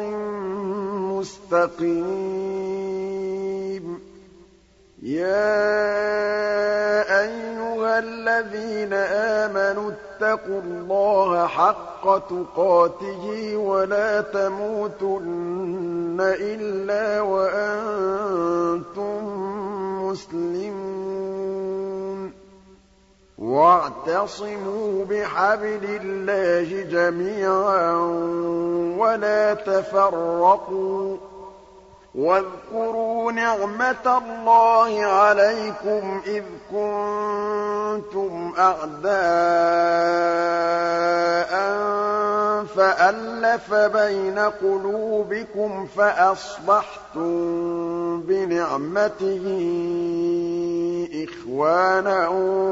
Speaker 1: مُّسْتَقِيمٍ يَا أَيُّهَا الَّذِينَ آمَنُوا اتَّقُوا اللَّهَ حَقَّ تُقَاتِهِ وَلَا تَمُوتُنَّ إِلَّا وَأَنتُم مُّسْلِمُونَ وَاعْتَصِمُوا بِحَبْلِ اللَّهِ جَمِيعًا وَلَا تَفَرَّقُوا ۚ وَاذْكُرُوا نِعْمَةَ اللَّهِ عَلَيْكُمْ إِذْ كُنتُمْ أَعْدَاءً فَأَلَّفَ بَيْنَ قُلُوبِكُمْ فَأَصْبَحْتُم بِنِعْمَتِهِ إِخْوَانًا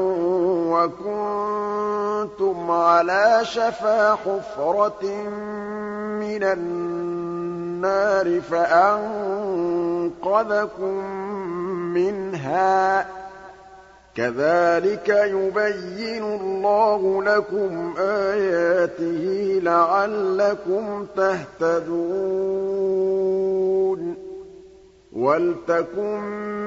Speaker 1: وَكُنتُمْ عَلَىٰ شَفَا حُفْرَةٍ مِّنَ النَّارِ فَأَنقَذَكُم مِّنْهَا ۗ كَذَٰلِكَ يُبَيِّنُ اللَّهُ لَكُمْ آيَاتِهِ لَعَلَّكُمْ تَهْتَدُونَ وَلْتَكُن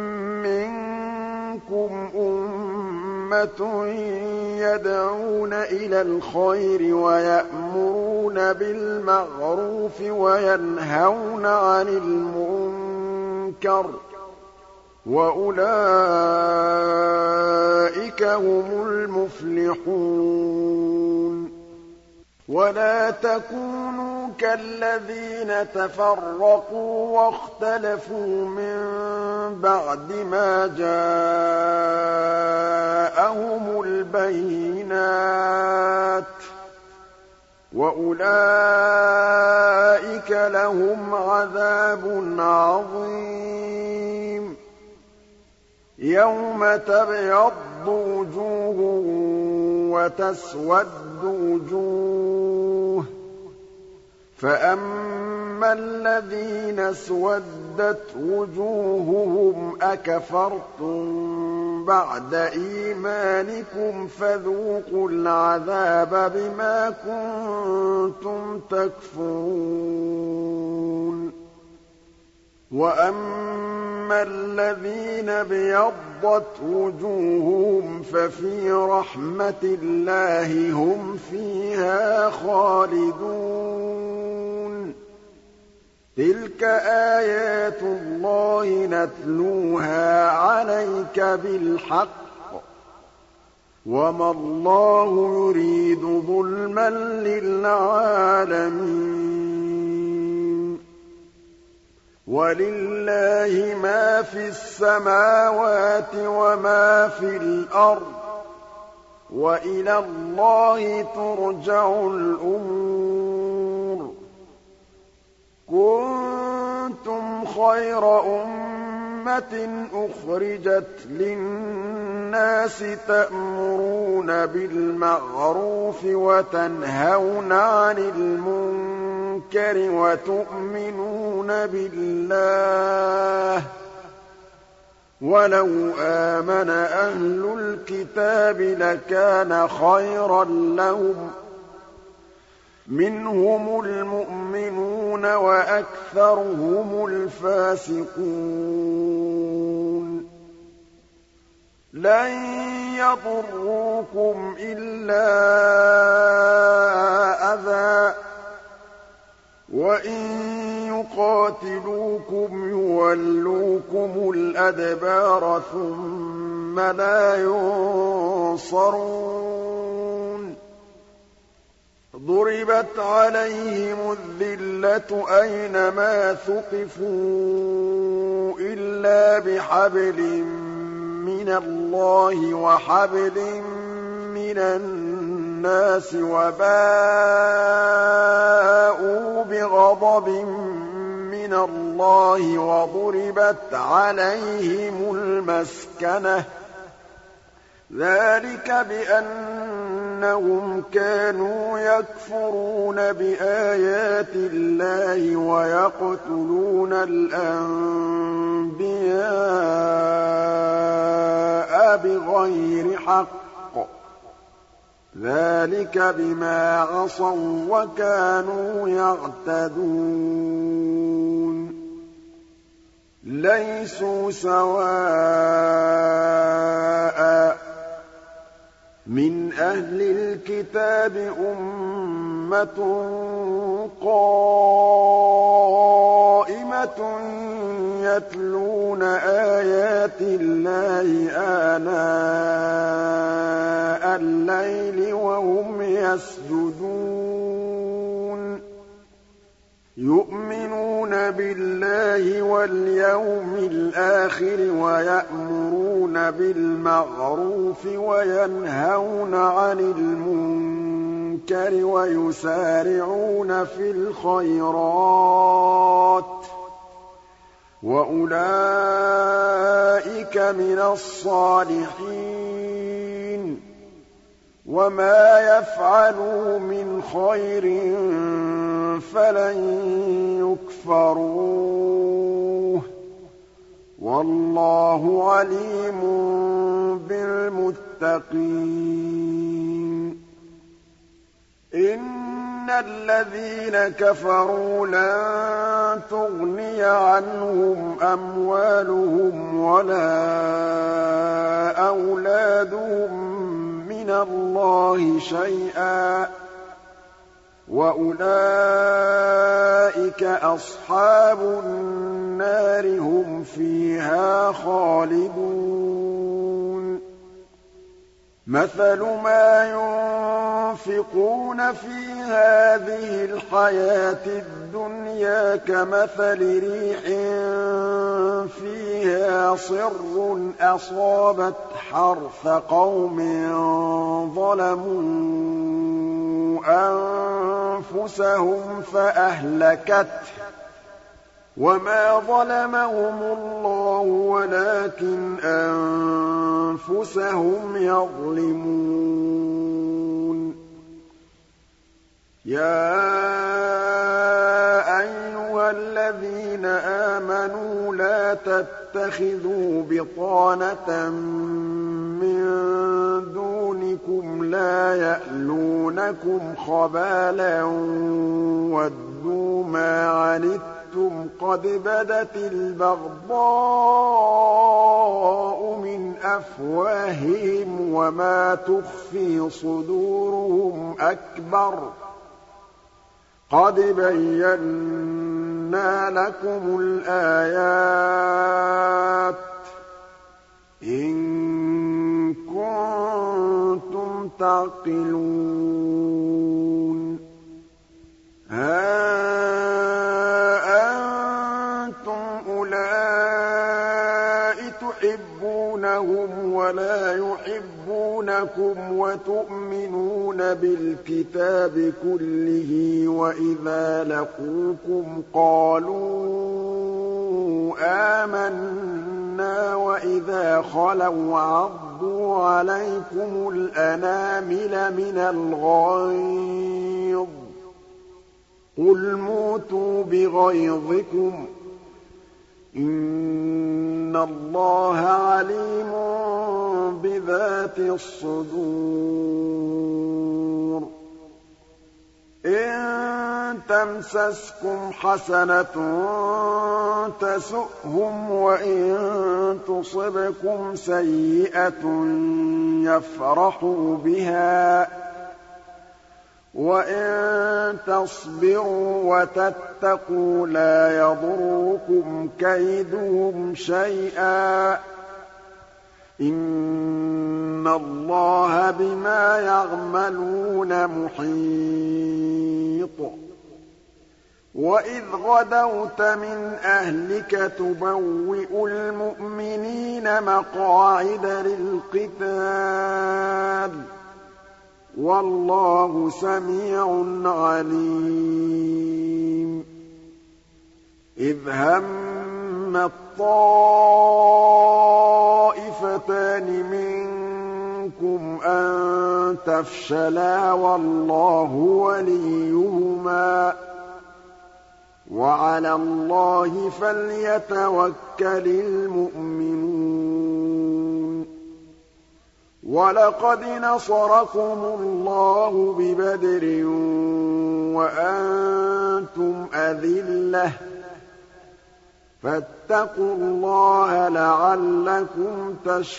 Speaker 1: مِّنكُمْ أُمَّةٌ يَدْعُونَ إِلَى الْخَيْرِ وَيَأْمُرُونَ بِالْمَعْرُوفِ وَيَنْهَوْنَ عَنِ الْمُنكَرِ ۚ وَأُولَٰئِكَ هُمُ الْمُفْلِحُونَ وَلَا تَكُونُوا كَالَّذِينَ تَفَرَّقُوا وَاخْتَلَفُوا مِن بَعْدِ مَا جَاءَهُمُ الْبَيِّنَاتُ ۚ وَأُولَٰئِكَ لَهُمْ عَذَابٌ عَظِيمٌ يَوْمَ تَبْيَضُّ وُجُوهٌ وَتَسْوَدُّ وُجُوهٌ ۚ فَأَمَّا الَّذِينَ اسْوَدَّتْ وُجُوهُهُمْ أَكَفَرْتُم بَعْدَ إِيمَانِكُمْ فَذُوقُوا الْعَذَابَ بِمَا كُنتُمْ تَكْفُرُونَ وَأَمَّا الَّذِينَ ابْيَضَّتْ وُجُوهُهُمْ فَفِي رَحْمَةِ اللَّهِ هُمْ فِيهَا خَالِدُونَ تِلْكَ آيَاتُ اللَّهِ نَتْلُوهَا عَلَيْكَ بِالْحَقِّ ۗ وَمَا اللَّهُ يُرِيدُ ظُلْمًا لِّلْعَالَمِينَ وَلِلَّهِ مَا فِي السَّمَاوَاتِ وَمَا فِي الْأَرْضِ ۚ وَإِلَى اللَّهِ تُرْجَعُ الْأُمُورُ كُنتُمْ خَيْرَ أُمَّةٍ أُخْرِجَتْ لِلنَّاسِ تَأْمُرُونَ بِالْمَعْرُوفِ وَتَنْهَوْنَ عَنِ الْمُنكَرِ وَتُؤْمِنُونَ بِاللَّهِ ۗ وَلَوْ آمَنَ أَهْلُ الْكِتَابِ لَكَانَ خَيْرًا لَّهُم ۚ مِّنْهُمُ الْمُؤْمِنُونَ وَأَكْثَرُهُمُ الْفَاسِقُونَ لَن يَضُرُّوكُمْ إِلَّا أَذًى ۖ وَإِن يُقَاتِلُوكُمْ يُوَلُّوكُمُ الْأَدْبَارَ ثُمَّ لَا يُنصَرُونَ ضُرِبَتْ عَلَيْهِمُ الذِّلَّةُ أَيْنَمَا ثُقِفُوا إِلَّا بِحَبْلٍ مِّنَ اللَّهِ وَحَبْلٍ مِّنَ النَّاسِ وَبَاءُوا بِغَضَبٍ مِّنَ اللَّهِ وَضُرِبَتْ عَلَيْهِمُ الْمَسْكَنَةُ ۚ ذَٰلِكَ بِأَنَّهُمْ كَانُوا يَكْفُرُونَ بِآيَاتِ اللَّهِ وَيَقْتُلُونَ الْأَنبِيَاءَ بِغَيْرِ حَقٍّ ۚ ذَٰلِكَ بِمَا عَصَوا وَّكَانُوا يَعْتَدُونَ لَيْسُوا سَوَاءً ۗ مِّنْ أَهْلِ الْكِتَابِ أُمَّةٌ قَائِمَةٌ يَتْلُونَ آيَاتِ اللَّهِ آنَاءَ اللَّيْلِ وَهُمْ يَسْجُدُونَ يُؤْمِنُونَ بِاللَّهِ وَالْيَوْمِ الْآخِرِ وَيَأْمُرُونَ بِالْمَعْرُوفِ وَيَنْهَوْنَ عَنِ الْمُنكَرِ وَيُسَارِعُونَ فِي الْخَيْرَاتِ ۚ وَأُولَٰئِكَ مِنَ الصَّالِحِينَ وَمَا يَفْعَلُوا مِنْ خَيْرٍ فَلَن يُكْفَرُوهُ ۗ وَاللَّهُ عَلِيمٌ بِالْمُتَّقِينَ إِنَّ الَّذِينَ كَفَرُوا لَن تُغْنِيَ عَنْهُمْ أَمْوَالُهُمْ وَلَا أَوْلَادُهُم مِّنَ اللَّهِ شَيْئًا ۖ وَأُولَٰئِكَ أَصْحَابُ النَّارِ ۖ هُمْ فِيهَا خَالِدُونَ مَثَلُ مَا يُنفِقُونَ فِي هَٰذِهِ الْحَيَاةِ الدُّنْيَا كَمَثَلِ رِيحٍ فِيهَا صِرٌّ أَصَابَتْ حَرْثَ قَوْمٍ ظَلَمُوا أَنفُسَهُمْ فَأَهْلَكَتْهُ ۚ وَمَا ظَلَمَهُمُ اللَّهُ وَلَٰكِنْ أَنفُسَهُمْ يَظْلِمُونَ يَا أَيُّهَا الَّذِينَ آمَنُوا لَا تَتَّخِذُوا بِطَانَةً مِّن دُونِكُمْ لَا يَأْلُونَكُمْ خَبَالًا وَدُّوا مَا عَنِتُّمْ قَدْ بَدَتِ الْبَغْضَاءُ مِنْ أَفْوَاهِهِمْ وَمَا تُخْفِي صُدُورُهُمْ أَكْبَرُ ۚ قَدْ بَيَّنَّا لَكُمُ الْآيَاتِ ۚ إِن كُنتُمْ تَعْقِلُونَ هَا أَنتُمْ أُولَاءِ تُحِبُّونَهُمْ وَلَا يُحِبُّونَكُمْ وَتُؤْمِنُونَ بِالْكِتَابِ كُلِّهِ وَإِذَا لَقُوكُمْ قَالُوا آمَنَّا وَإِذَا خَلَوْا عَضُّوا عَلَيْكُمُ الْأَنَامِلَ مِنَ الْغَيْظِ ۚ قُلْ مُوتُوا بِغَيْظِكُمْ ۗ إِنَّ اللَّهَ عَلِيمٌ بِذَاتِ الصُّدُورِ إِن تَمْسَسْكُمْ حَسَنَةٌ تَسُؤْهُمْ وَإِن تُصِبْكُمْ سَيِّئَةٌ يَفْرَحُوا بِهَا ۖ وَإِن تَصْبِرُوا وَتَتَّقُوا لَا يَضُرُّكُمْ كَيْدُهُمْ شَيْئًا ۗ إِنَّ اللَّهَ بِمَا يَعْمَلُونَ مُحِيطٌ وَإِذْ غَدَوْتَ مِنْ أَهْلِكَ تُبَوِّئُ الْمُؤْمِنِينَ مَقَاعِدَ لِلْقِتَالِ ۗ وَاللَّهُ سَمِيعٌ عَلِيمٌ إِذْ هَمَّ الطَّائِفَتَانِ مِنكُمْ أَن تَفْشَلَا وَاللَّهُ وَلِيُّهُمَا ۗ وَعَلَى اللَّهِ فَلْيَتَوَكَّلِ الْمُؤْمِنُونَ وَلَقَدْ نَصَرَكُمُ اللَّهُ بِبَدْرٍ وَأَنتُمْ أَذِلَّةٌ ۖ فَاتَّقُوا اللَّهَ لَعَلَّكُمْ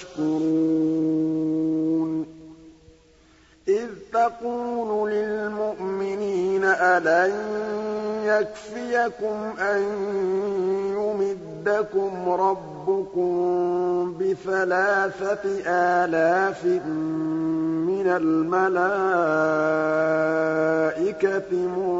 Speaker 1: تَشْكُرُونَ إِذْ تَقُولُ لِلْمُؤْمِنِينَ أَلَن يَكْفِيَكُمْ أَن يُمِدَّكُمْ رَبُّكُم ب3,000 مِّنَ الْمَلَائِكَةِ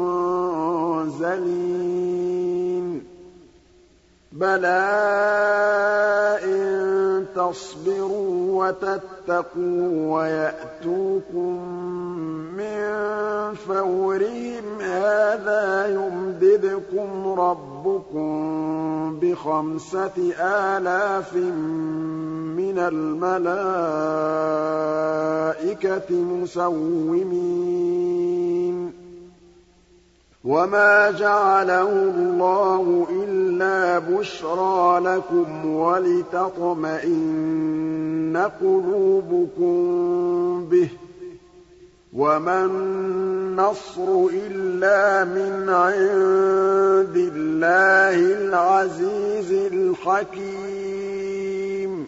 Speaker 1: مُنزَلِينَ بَلَىٰ إِن تَصْبِرُوا وَتَتَّقُوا وَيَأْتُوكُم مِّن فَوْرِهِمْ هَٰذَا يُمْدِدْكُمْ رَبُّكُم ب5,000 مِّنَ الْمَلَائِكَةِ مُسَوِّمِينَ وَمَا جَعَلَهُ اللَّهُ إِلَّا بُشْرَىٰ لَكُمْ وَلِتَطْمَئِنَّ قُلُوبُكُم بِهِ ۗ وَمَا النَّصْرُ إِلَّا مِنْ عِندِ اللَّهِ الْعَزِيزِ الْحَكِيمِ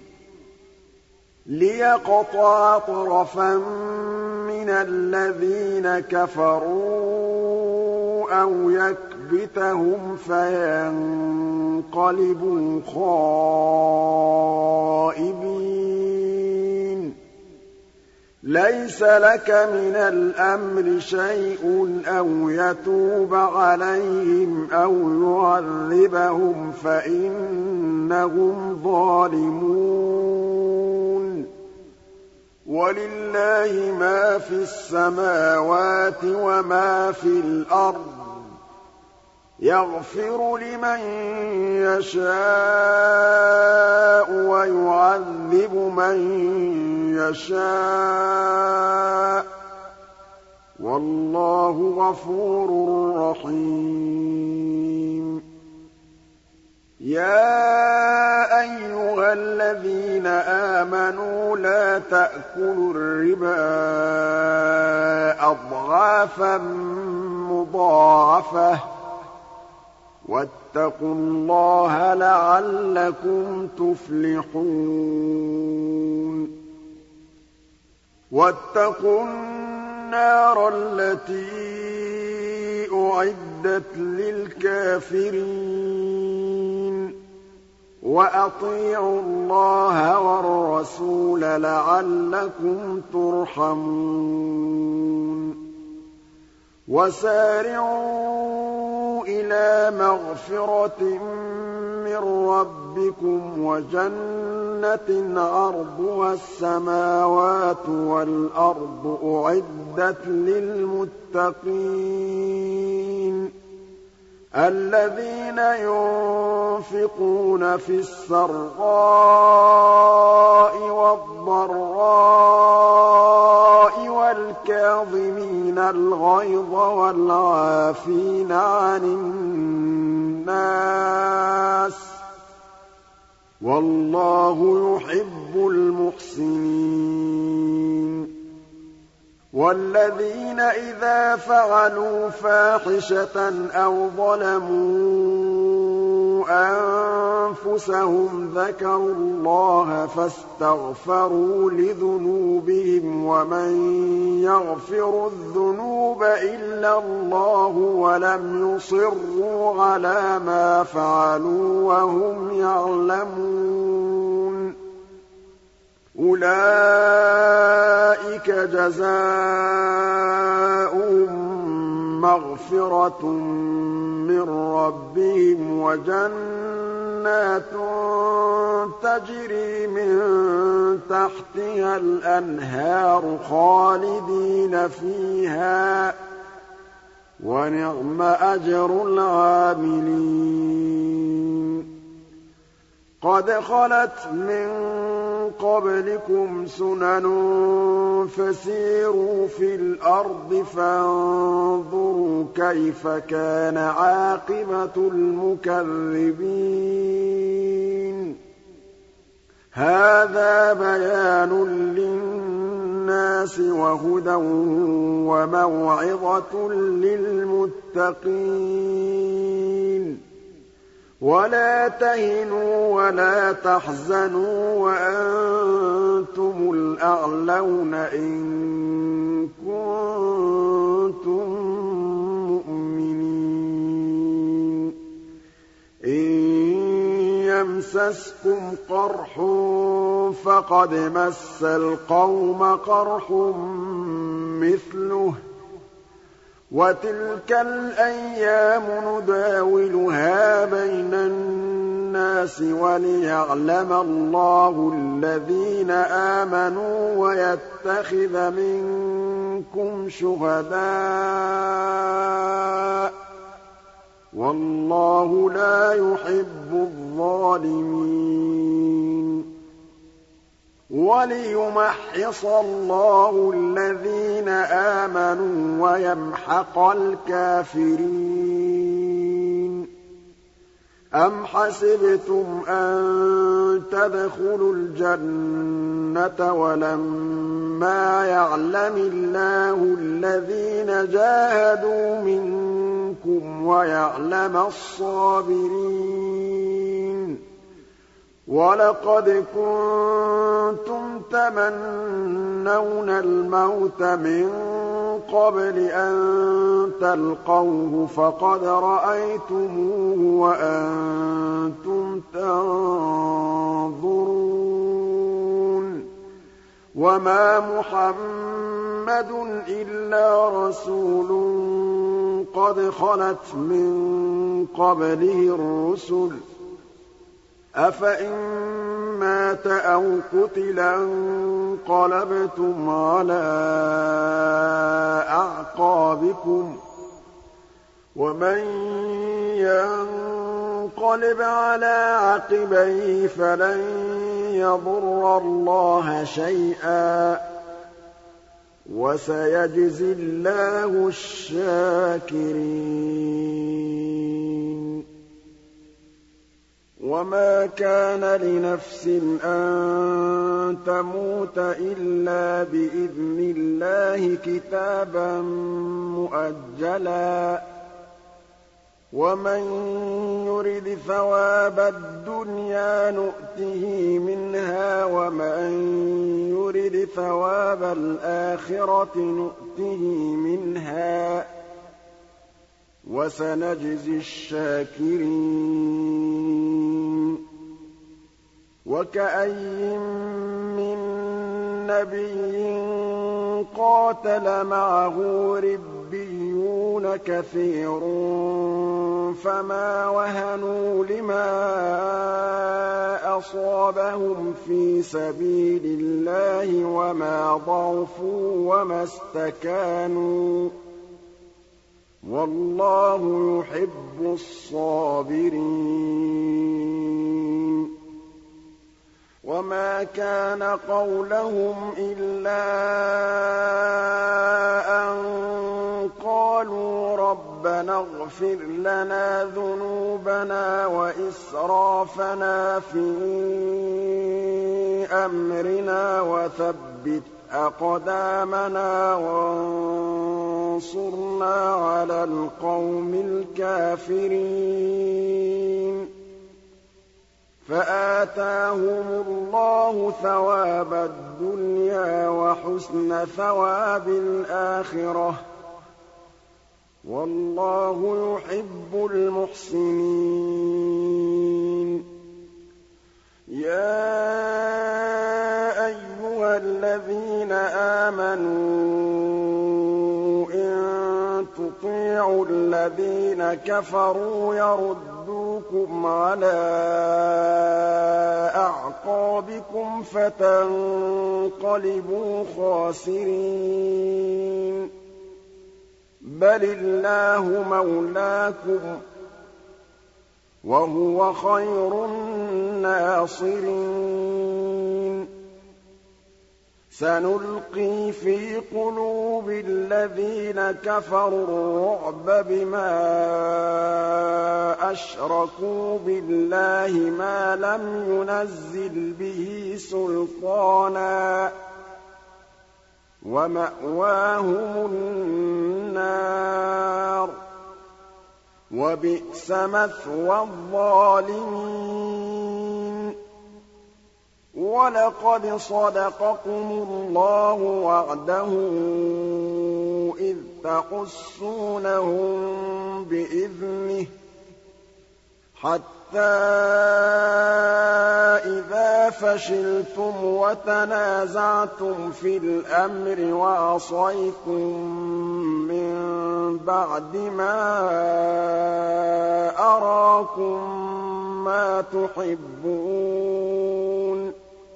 Speaker 1: لِيَقْطَعَ طَرَفًا مِّنَ الَّذِينَ كَفَرُوا أَوْ يَكْبِتَهُمْ فَيَنقَلِبُوا خَائِبِينَ لَيْسَ لَكَ مِنَ الْأَمْرِ شَيْءٌ أَوْ يَتُوبَ عَلَيْهِمْ أَوْ يُعَذِّبَهُمْ فَإِنَّهُمْ ظَالِمُونَ وَلِلَّهِ مَا فِي السَّمَاوَاتِ وَمَا في الْأَرْضِ يَغْفِرُ لِمَن يَشَاءُ وَيُعَذِّبُ مَن يَشَاءُ ۗ وَاللَّهُ غَفُورٌ رَّحِيمٌ يَا أَيُّهَا الَّذِينَ آمَنُوا لَا تَأْكُلُوا الرِّبَا أَضْعَافًا مُّضَاعَفَةً ۖ وَاتَّقُوا اللَّهَ لَعَلَّكُمْ تُفْلِحُونَ وَاتَّقُوا النَّارَ الَّتِي أُعِدَّتْ لِلْكَافِرِينَ وَأَطِيعُوا اللَّهَ وَالرَّسُولَ لَعَلَّكُمْ تُرْحَمُونَ وَسَارِعُوا إِلَىٰ مَغْفِرَةٍ مِّن رَّبِّكُمْ وَجَنَّةٍ عَرْضُهَا السَّمَاوَاتُ وَالْأَرْضُ أُعِدَّتْ لِلْمُتَّقِينَ الَّذِينَ يُنفِقُونَ فِي السَّرَّاءِ وَالضَّرَّاءِ وَالْكَاظِمِينَ الْغَيْظَ وَالْعَافِينَ عَنِ النَّاسِ ۗ وَاللَّهُ يُحِبُّ الْمُحْسِنِينَ وَالَّذِينَ إِذَا فَعَلُوا فَاحِشَةً أَوْ ظَلَمُوا أَنفُسَهُمْ ذَكَرُوا اللَّهَ فَاسْتَغْفَرُوا لِذُنُوبِهِمْ وَمَن يَغْفِرُ الذُّنُوبَ إِلَّا اللَّهُ وَلَمْ يُصِرُّوا عَلَىٰ مَا فَعَلُوا وَهُمْ يَعْلَمُونَ أُولَٰئِكَ جَزَاؤُهُم مَّغْفِرَةٌ مِّن رَّبِّهِمْ وَجَنَّاتٌ تَجْرِي مِن تَحْتِهَا الْأَنْهَارُ خَالِدِينَ فِيهَا ۚ وَنِعْمَ أَجْرُ الْعَامِلِينَ قَدْ خَلَتْ مِن قَبْلِكُمْ سُنَنٌ فَسِيرُوا فِي الْأَرْضِ فَانظُرُوا كَيْفَ كَانَ عَاقِبَةُ الْمُكَذِّبِينَ هَٰذَا بَيَانٌ لِّلنَّاسِ وَهُدًى وَمَوْعِظَةٌ لِّلْمُتَّقِينَ وَلَا تَهِنُوا وَلَا تَحْزَنُوا وَأَنتُمُ الْأَعْلَوْنَ إِن كُنتُم مُّؤْمِنِينَ إِن يَمْسَسْكُمْ قَرْحٌ فَقَدْ مَسَّ الْقَوْمَ قَرْحٌ مِّثْلُهُ ۚ وَتِلْكَ الْأَيَّامُ نُدَاوِلُهَا بَيْنَ النَّاسِ وَلِيَعْلَمَ اللَّهُ الَّذِينَ آمَنُوا وَيَتَّخِذَ مِنكُمْ شُهَدَاءَ ۗ وَاللَّهُ لَا يُحِبُّ الظَّالِمِينَ وَلِيُمَحِّصَ اللَّهُ الَّذِينَ آمَنُوا وَيَمْحَقَ الْكَافِرِينَ أَمْ حَسِبْتُمْ أَن تَدْخُلُوا الْجَنَّةَ وَلَمَّا يَعْلَمِ اللَّهُ الَّذِينَ جَاهَدُوا مِنكُمْ وَيَعْلَمَ الصَّابِرِينَ وَلَقَدْ كُنتُمْ تَمَنَّوْنَ الْمَوْتَ مِن قَبْلِ أَن تَلْقَوْهُ فَقَدْ رَأَيْتُمُوهُ وَأَنتُمْ تَنظُرُونَ وَمَا مُحَمَّدٌ إِلَّا رَسُولٌ قَدْ خَلَتْ مِن قَبْلِهِ الرُّسُلُ ۚ أَفَإِن مَّاتَ أَوْ قُتِلَ انقَلَبْتُمْ عَلَىٰ أَعْقَابِكُمْ ۚ وَمَن يَنقَلِبْ عَلَىٰ عَقِبَيْهِ فَلَن يَضُرَّ اللَّهَ شَيْئًا ۗ وَسَيَجْزِي اللَّهُ الشَّاكِرِينَ وَمَا كَانَ لِنَفْسٍ أَن تَمُوتَ إِلَّا بِإِذْنِ اللَّهِ كِتَابًا مُّؤَجَّلًا ۗ وَمَن يُرِدْ ثَوَابَ الدُّنْيَا نُؤْتِهِ مِنْهَا وَمَن يُرِدْ ثَوَابَ الْآخِرَةِ نُؤْتِهِ مِنْهَا ۚ وَسَنَجْزِي الشَّاكِرِينَ وَكَأَيِّن مِّن نَّبِيٍّ قَاتَلَ مَعَهُ رِبِّيُّونَ كَثِيرٌ فَمَا وَهَنُوا لِمَا أَصَابَهُمْ فِي سَبِيلِ اللَّهِ وَمَا ضَعُفُوا وَمَا اسْتَكَانُوا ۗ وَاللَّهُ يُحِبُّ الصَّابِرِينَ وَمَا كَانَ قَوْلَهُمْ إِلَّا أَن قَالُوا رَبَّنَا اغْفِرْ لَنَا ذُنُوبَنَا وَإِسْرَافَنَا فِي أَمْرِنَا وَثَبِّتْ أَقْدَامَنَا وَانصُرْنَا عَلَى الْقَوْمِ الْكَافِرِينَ فَآتَاهُمُ اللَّهُ ثَوَابَ الدُّنْيَا وَحُسْنَ ثَوَابِ الْآخِرَةِ ۗ وَاللَّهُ يُحِبُّ الْمُحْسِنِينَ يَا أَيُّهَا الَّذِينَ آمَنُوا إِن تُطِيعُوا الَّذِينَ كَفَرُوا يَرُدُّوكُمْ عَلَىٰ أَعْقَابِكُمْ فَتَنقَلِبُوا خَاسِرِينَ بَلِ اللَّهُ مَوْلَاكُمْ ۖ وَهُوَ خَيْرُ النَّاصِرِينَ سَنُلْقِي فِي قُلُوبِ الَّذِينَ كَفَرُوا الرُّعْبَ بِمَا أَشْرَكُوا بِاللَّهِ مَا لَمْ يُنَزِّلْ بِهِ سُلْطَانًا ۖ وَمَأْوَاهُمُ النَّارُ ۖ وَبِئْسَ مَثْوَى الظَّالِمِينَ وَلَقَدْ صَدَقَكُمُ اللَّهُ وَعْدَهُ إِذْ تَحُسُّونَهُم بِإِذْنِهِ ۖ حَتَّىٰ إِذَا فَشِلْتُمْ وَتَنَازَعْتُمْ فِي الْأَمْرِ وَعَصَيْتُم مِّن بَعْدِ مَا أَرَاكُم مَّا تُحِبُّونَ ۚ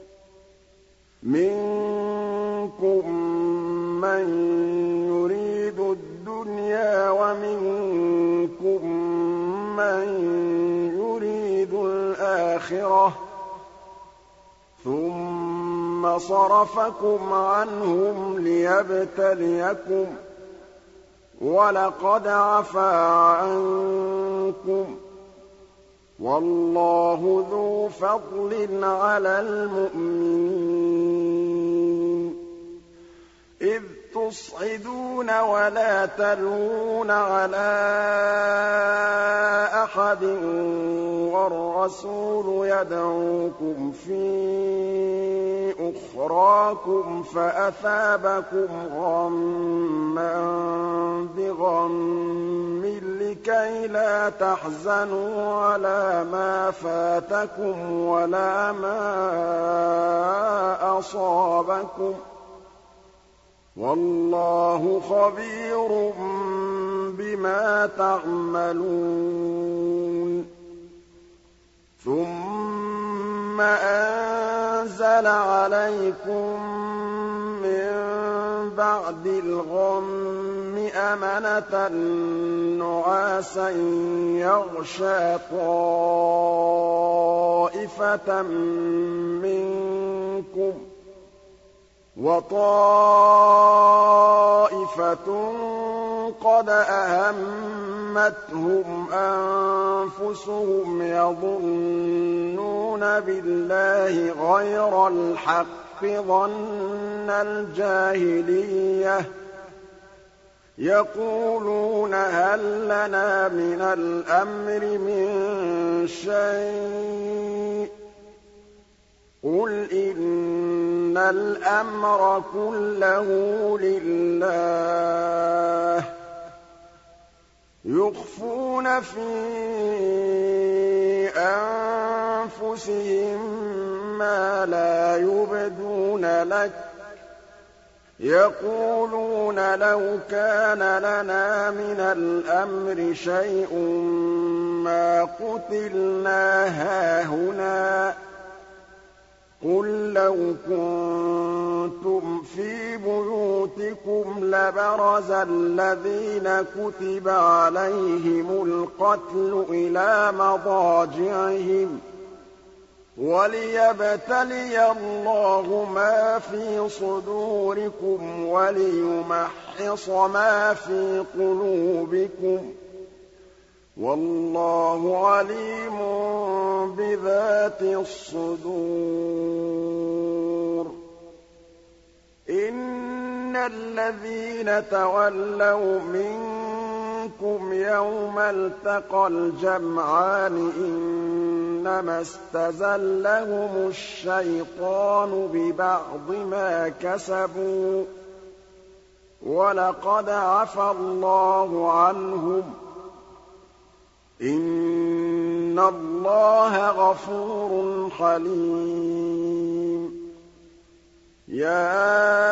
Speaker 1: مِنكُم مَّن يُرِيدُ الدُّنْيَا وَمِنكُم مَّن يُرِيدُ الْآخِرَةَ ۚ ثُمَّ صَرَفَكُمْ عَنْهُمْ لِيَبْتَلِيَكُمْ ۖ وَلَقَدْ عَفَا عَنكُمْ ۗ وَاللَّهُ ذُو فَضْلٍ عَلَى الْمُؤْمِنِينَ إِذْ تُصْعِدُونَ وَلَا تَلْوُونَ عَلَىٰ أَحَدٍ وَالرَّسُولُ يَدْعُوكُمْ فِي أُخْرَاكُمْ فَأَثَابَكُمْ غَمًّا بِغَمٍّ لِّكَيْ لَا تَحْزَنُوا عَلَىٰ مَا فَاتَكُمْ وَلَا مَا أَصَابَكُمْ ۗ وَاللَّهُ خَبِيرٌ بِمَا تَعْمَلُونَ ثُمَّ أَنزَلَ عَلَيْكُم مِّن بَعْدِ الْغَمِّ أَمَنَةً نُّعَاسًا يَغْشَىٰ طَائِفَةً مِّنكُمْ ۖ وَطَائِفَةٌ قَدْ أَهَمَّتْهُمْ أَنفُسُهُمْ يَظُنُّونَ بِاللَّهِ غَيْرَ الْحَقِّ ظَنَّ الْجَاهِلِيَّةِ ۖ يَقُولُونَ هَل لَّنَا مِنَ الْأَمْرِ مِن شَيْءٍ ۗ قُلْ إِنَّ الْأَمْرَ كُلَّهُ لِلَّهِ ۗ يُخْفُونَ فِي أَنفُسِهِم مَّا لَا يُبْدُونَ لَكَ ۖ يَقُولُونَ لَوْ كَانَ لَنَا مِنَ الْأَمْرِ شَيْءٌ مَّا قُتِلْنَا هَاهُنَا ۗ قُل لَّوْ كُنتُمْ فِي بُيُوتِكُمْ لَبَرَزَ الَّذِينَ كُتِبَ عَلَيْهِمُ الْقَتْلُ إِلَىٰ مَضَاجِعِهِمْ ۖ وَلِيَبْتَلِيَ اللَّهُ مَا فِي صُدُورِكُمْ وَلِيُمَحِّصَ مَا فِي قُلُوبِكُمْ ۗ وَاللَّهُ عَلِيمٌ بِذَاتِ الصُّدُورِ إِنَّ الَّذِينَ تَوَلَّوْا مِنكُمْ يَوْمَ الْتَقَى الْجَمْعَانِ إِنَّمَا اسْتَزَلَّهُمُ الشَّيْطَانُ بِبَعْضِ مَا كَسَبُوا ۖ وَلَقَدْ عَفَا اللَّهُ عَنْهُمْ ۗ إِنَّ اللَّهَ غَفُورٌ حَلِيمٌ يَا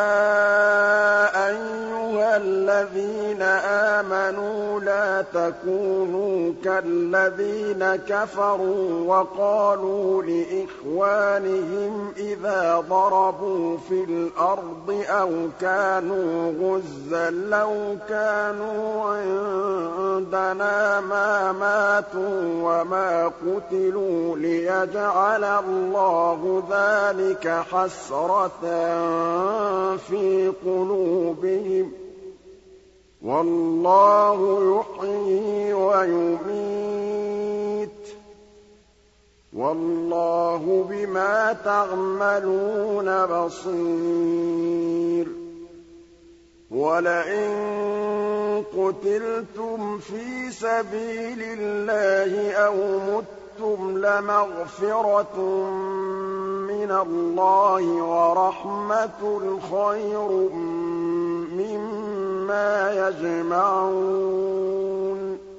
Speaker 1: أَيُّهَا الَّذِينَ آمَنُوا لَا تَكُونُوا كَالَّذِينَ كَفَرُوا وَقَالُوا لِإِخْوَانِهِمْ إِذَا ضَرَبُوا فِي الْأَرْضِ أَوْ كَانُوا غُزًّى لَّوْ كَانُوا عِندَنَا مَا مَاتُوا وَمَا قُتِلُوا لِيَجْعَلَ اللَّهُ ذَٰلِكَ حَسْرَةً فِي قُلُوبِهِمْ ۗ وَاللَّهُ يُحْيِي وَيُمِيتُ ۗ وَاللَّهُ بِمَا تَعْمَلُونَ بَصِيرٌ وَلَئِن قُتِلْتُمْ فِي سَبِيلِ اللَّهِ أَوْ مُتُّمْ لَمَغْفِرَةٌ مِّنَ اللَّهِ وَرَحْمَةٌ خَيْرٌ مِّمَّا يَجْمَعُونَ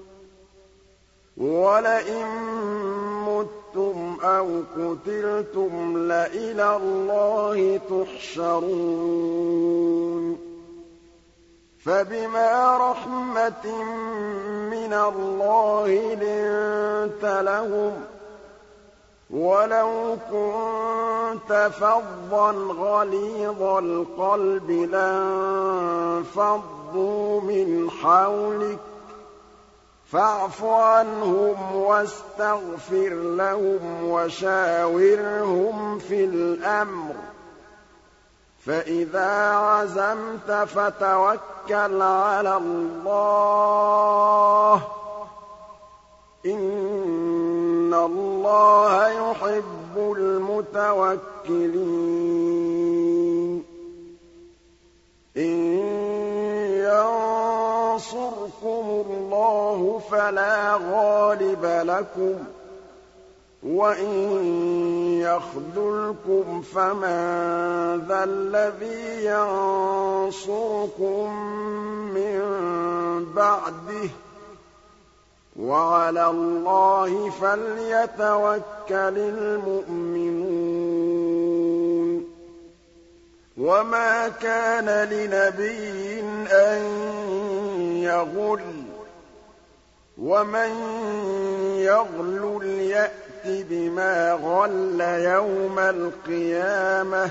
Speaker 1: وَلَئِن مُّتُّمْ أَوْ قُتِلْتُمْ لَإِلَى اللَّهِ تُحْشَرُونَ فَبِمَا رَحْمَةٍ مِّنَ اللَّهِ لِنتَ لَهُمْ ۖ وَلَوْ كُنتَ فَظًّا غَلِيظَ الْقَلْبِ لَانفَضُّوا مِنْ حَوْلِكَ فَاعْفُ عَنْهُمْ وَاسْتَغْفِرْ لَهُمْ وَشَاوِرْهُمْ فِي الْأَمْرِ ۖ فَإِذَا عَزَمْتَ فَتَوَكَّلْ عَلَى اللَّهِ ۚ إِنَّ اللَّهَ يُحِبُّ الْمُتَوَكِّلِينَ إِن يَنصُرْكُمُ اللَّهُ فَلَا غَالِبَ لَكُمْ ۖ وَإِن يَخْذُلْكُمْ فَمَن ذَا الَّذِي يَنصُرُكُم مِّن بَعْدِهِ ۗ وَعَلَى اللَّهِ فَلْيَتَوَكَّلِ الْمُؤْمِنُونَ وَمَا كَانَ لِنَبِيٍّ أَن يَغُلَّ ۚ وَمَن يَغْلُلْ يَأْتِ بِمَا غَلَّ يَوْمَ الْقِيَامَةِ ۚ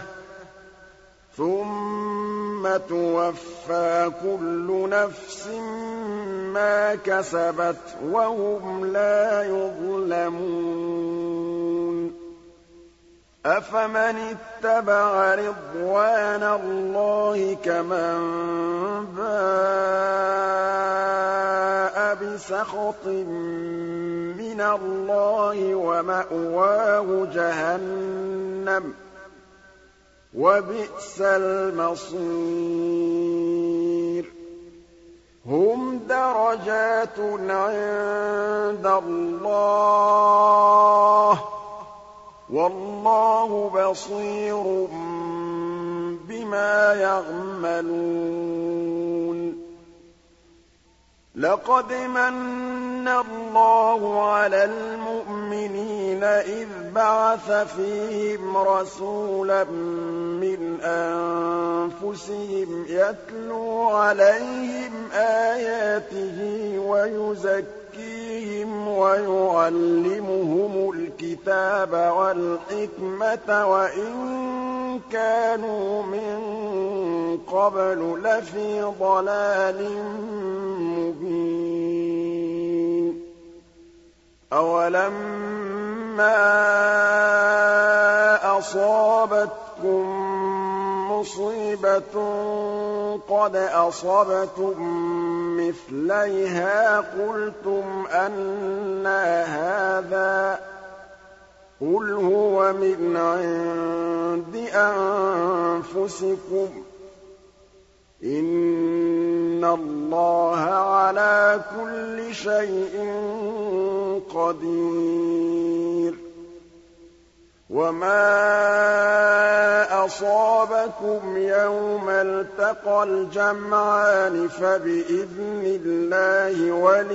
Speaker 1: ثُمَّ تُوَفَّىٰ كُلُّ نَفْسٍ مَّا كَسَبَتْ وَهُمْ لَا يُظْلَمُونَ أَفَمَنِ اتَّبَعَ رِضْوَانَ اللَّهِ كَمَن بَاءَ بِسَخَطٍ مِّنَ اللَّهِ وَمَأْوَاهُ جَهَنَّمُ ۚ وَبِئْسَ الْمَصِيرُ هُمْ دَرَجَاتٌ عِندَ اللَّهِ ۗ وَاللَّهُ بَصِيرٌ بِمَا يَعْمَلُونَ لَقَدْ مَنَّ اللَّهُ عَلَى الْمُؤْمِنِينَ إِذْ بَعَثَ فِيهِمْ رَسُولًا مِّنْ أَنفُسِهِمْ يَتْلُو عَلَيْهِمْ آيَاتِهِ وَيُزَكِّيهِمْ وَيُعَلِّمُهُمُ الْكِتَابَ وَالْحِكْمَةَ وَإِن كَانُوا مِن قَبْلُ لَفِي ضَلَالٍ مُّبِينٍ أَوَلَمَّا أَصَابَتْكُم مُّصِيبَةٌ قَدْ أَصَبْتُم مِّثْلَيْهَا قُلْتُمْ أَنَّىٰ هَٰذَا ۖ قُلْ هُوَ مِنْ عِندِ أَنفُسِكُمْ ۗ إِنَّ اللَّهَ عَلَىٰ كُلِّ شَيْءٍ قَدِيرٌ وَمَا أَصَابَكُمْ يَوْمَ الْتَقَى الْجَمْعَانِ فَبِإِذْنِ اللَّهِ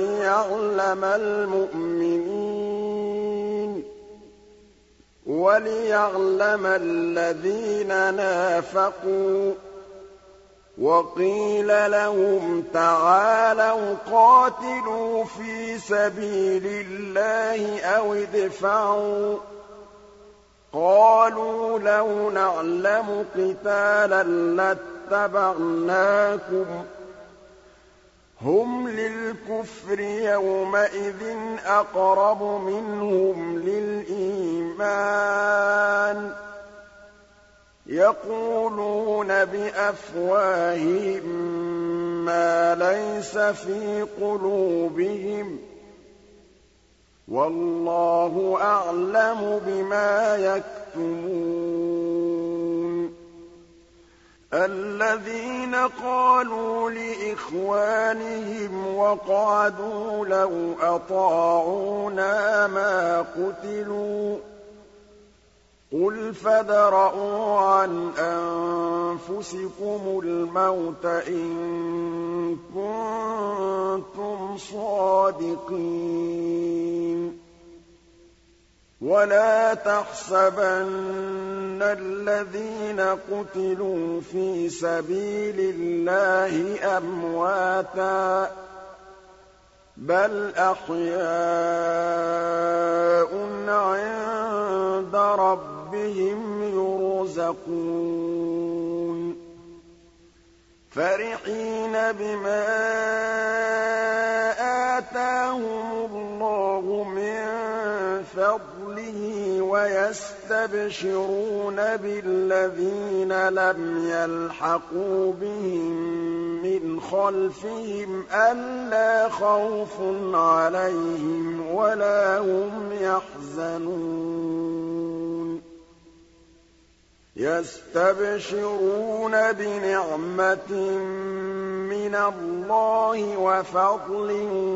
Speaker 1: وَلِيَعْلَمَ الَّذِينَ نَافَقُوا ۚ وَقِيلَ لَهُمْ تَعَالَوْا قَاتِلُوا فِي سَبِيلِ اللَّهِ أَوِ ادْفَعُوا ۖ قَالُوا لَوْ نَعْلَمُ قِتَالًا لَّاتَّبَعْنَاكُمْ ۗ هُمْ لِلْكُفْرِ يَوْمَئِذٍ أَقْرَبُ مِنْهُمْ لِلْإِيمَانِ ۚ يَقُولُونَ بِأَفْوَاهِهِم مَّا لَيْسَ فِي قُلُوبِهِمْ ۗ وَاللَّهُ أَعْلَمُ بِمَا يَكْتُمُونَ الَّذِينَ قَالُوا لِإِخْوَانِهِمْ وَقَعَدُوا لَوْ أَطَاعُونَا مَا قُتِلُوا ۗ قُلْ فَادْرَءُوا عَنْ أَنفُسِكُمُ الْمَوْتَ إِن كُنتُمْ صَادِقِينَ وَلَا تَحْسَبَنَّ الَّذِينَ قُتِلُوا فِي سَبِيلِ اللَّهِ أَمْوَاتًا ۚ بَلْ أَحْيَاءٌ عِندَ رَبِّهِمْ يُرْزَقُونَ فَرِحِينَ بِمَا آتَاهُمُ اللَّهُ مِن فَضْلِهِ وَيَسْتَبْشِرُونَ بِالَّذِينَ لَمْ يَلْحَقُوا بِهِم مِّنْ خَلْفِهِمْ أَلَّا خَوْفٌ عَلَيْهِمْ وَلَا هُمْ يَحْزَنُونَ يَسْتَبْشِرُونَ بِنِعْمَةٍ مِّنَ اللَّهِ وَفَضْلٍ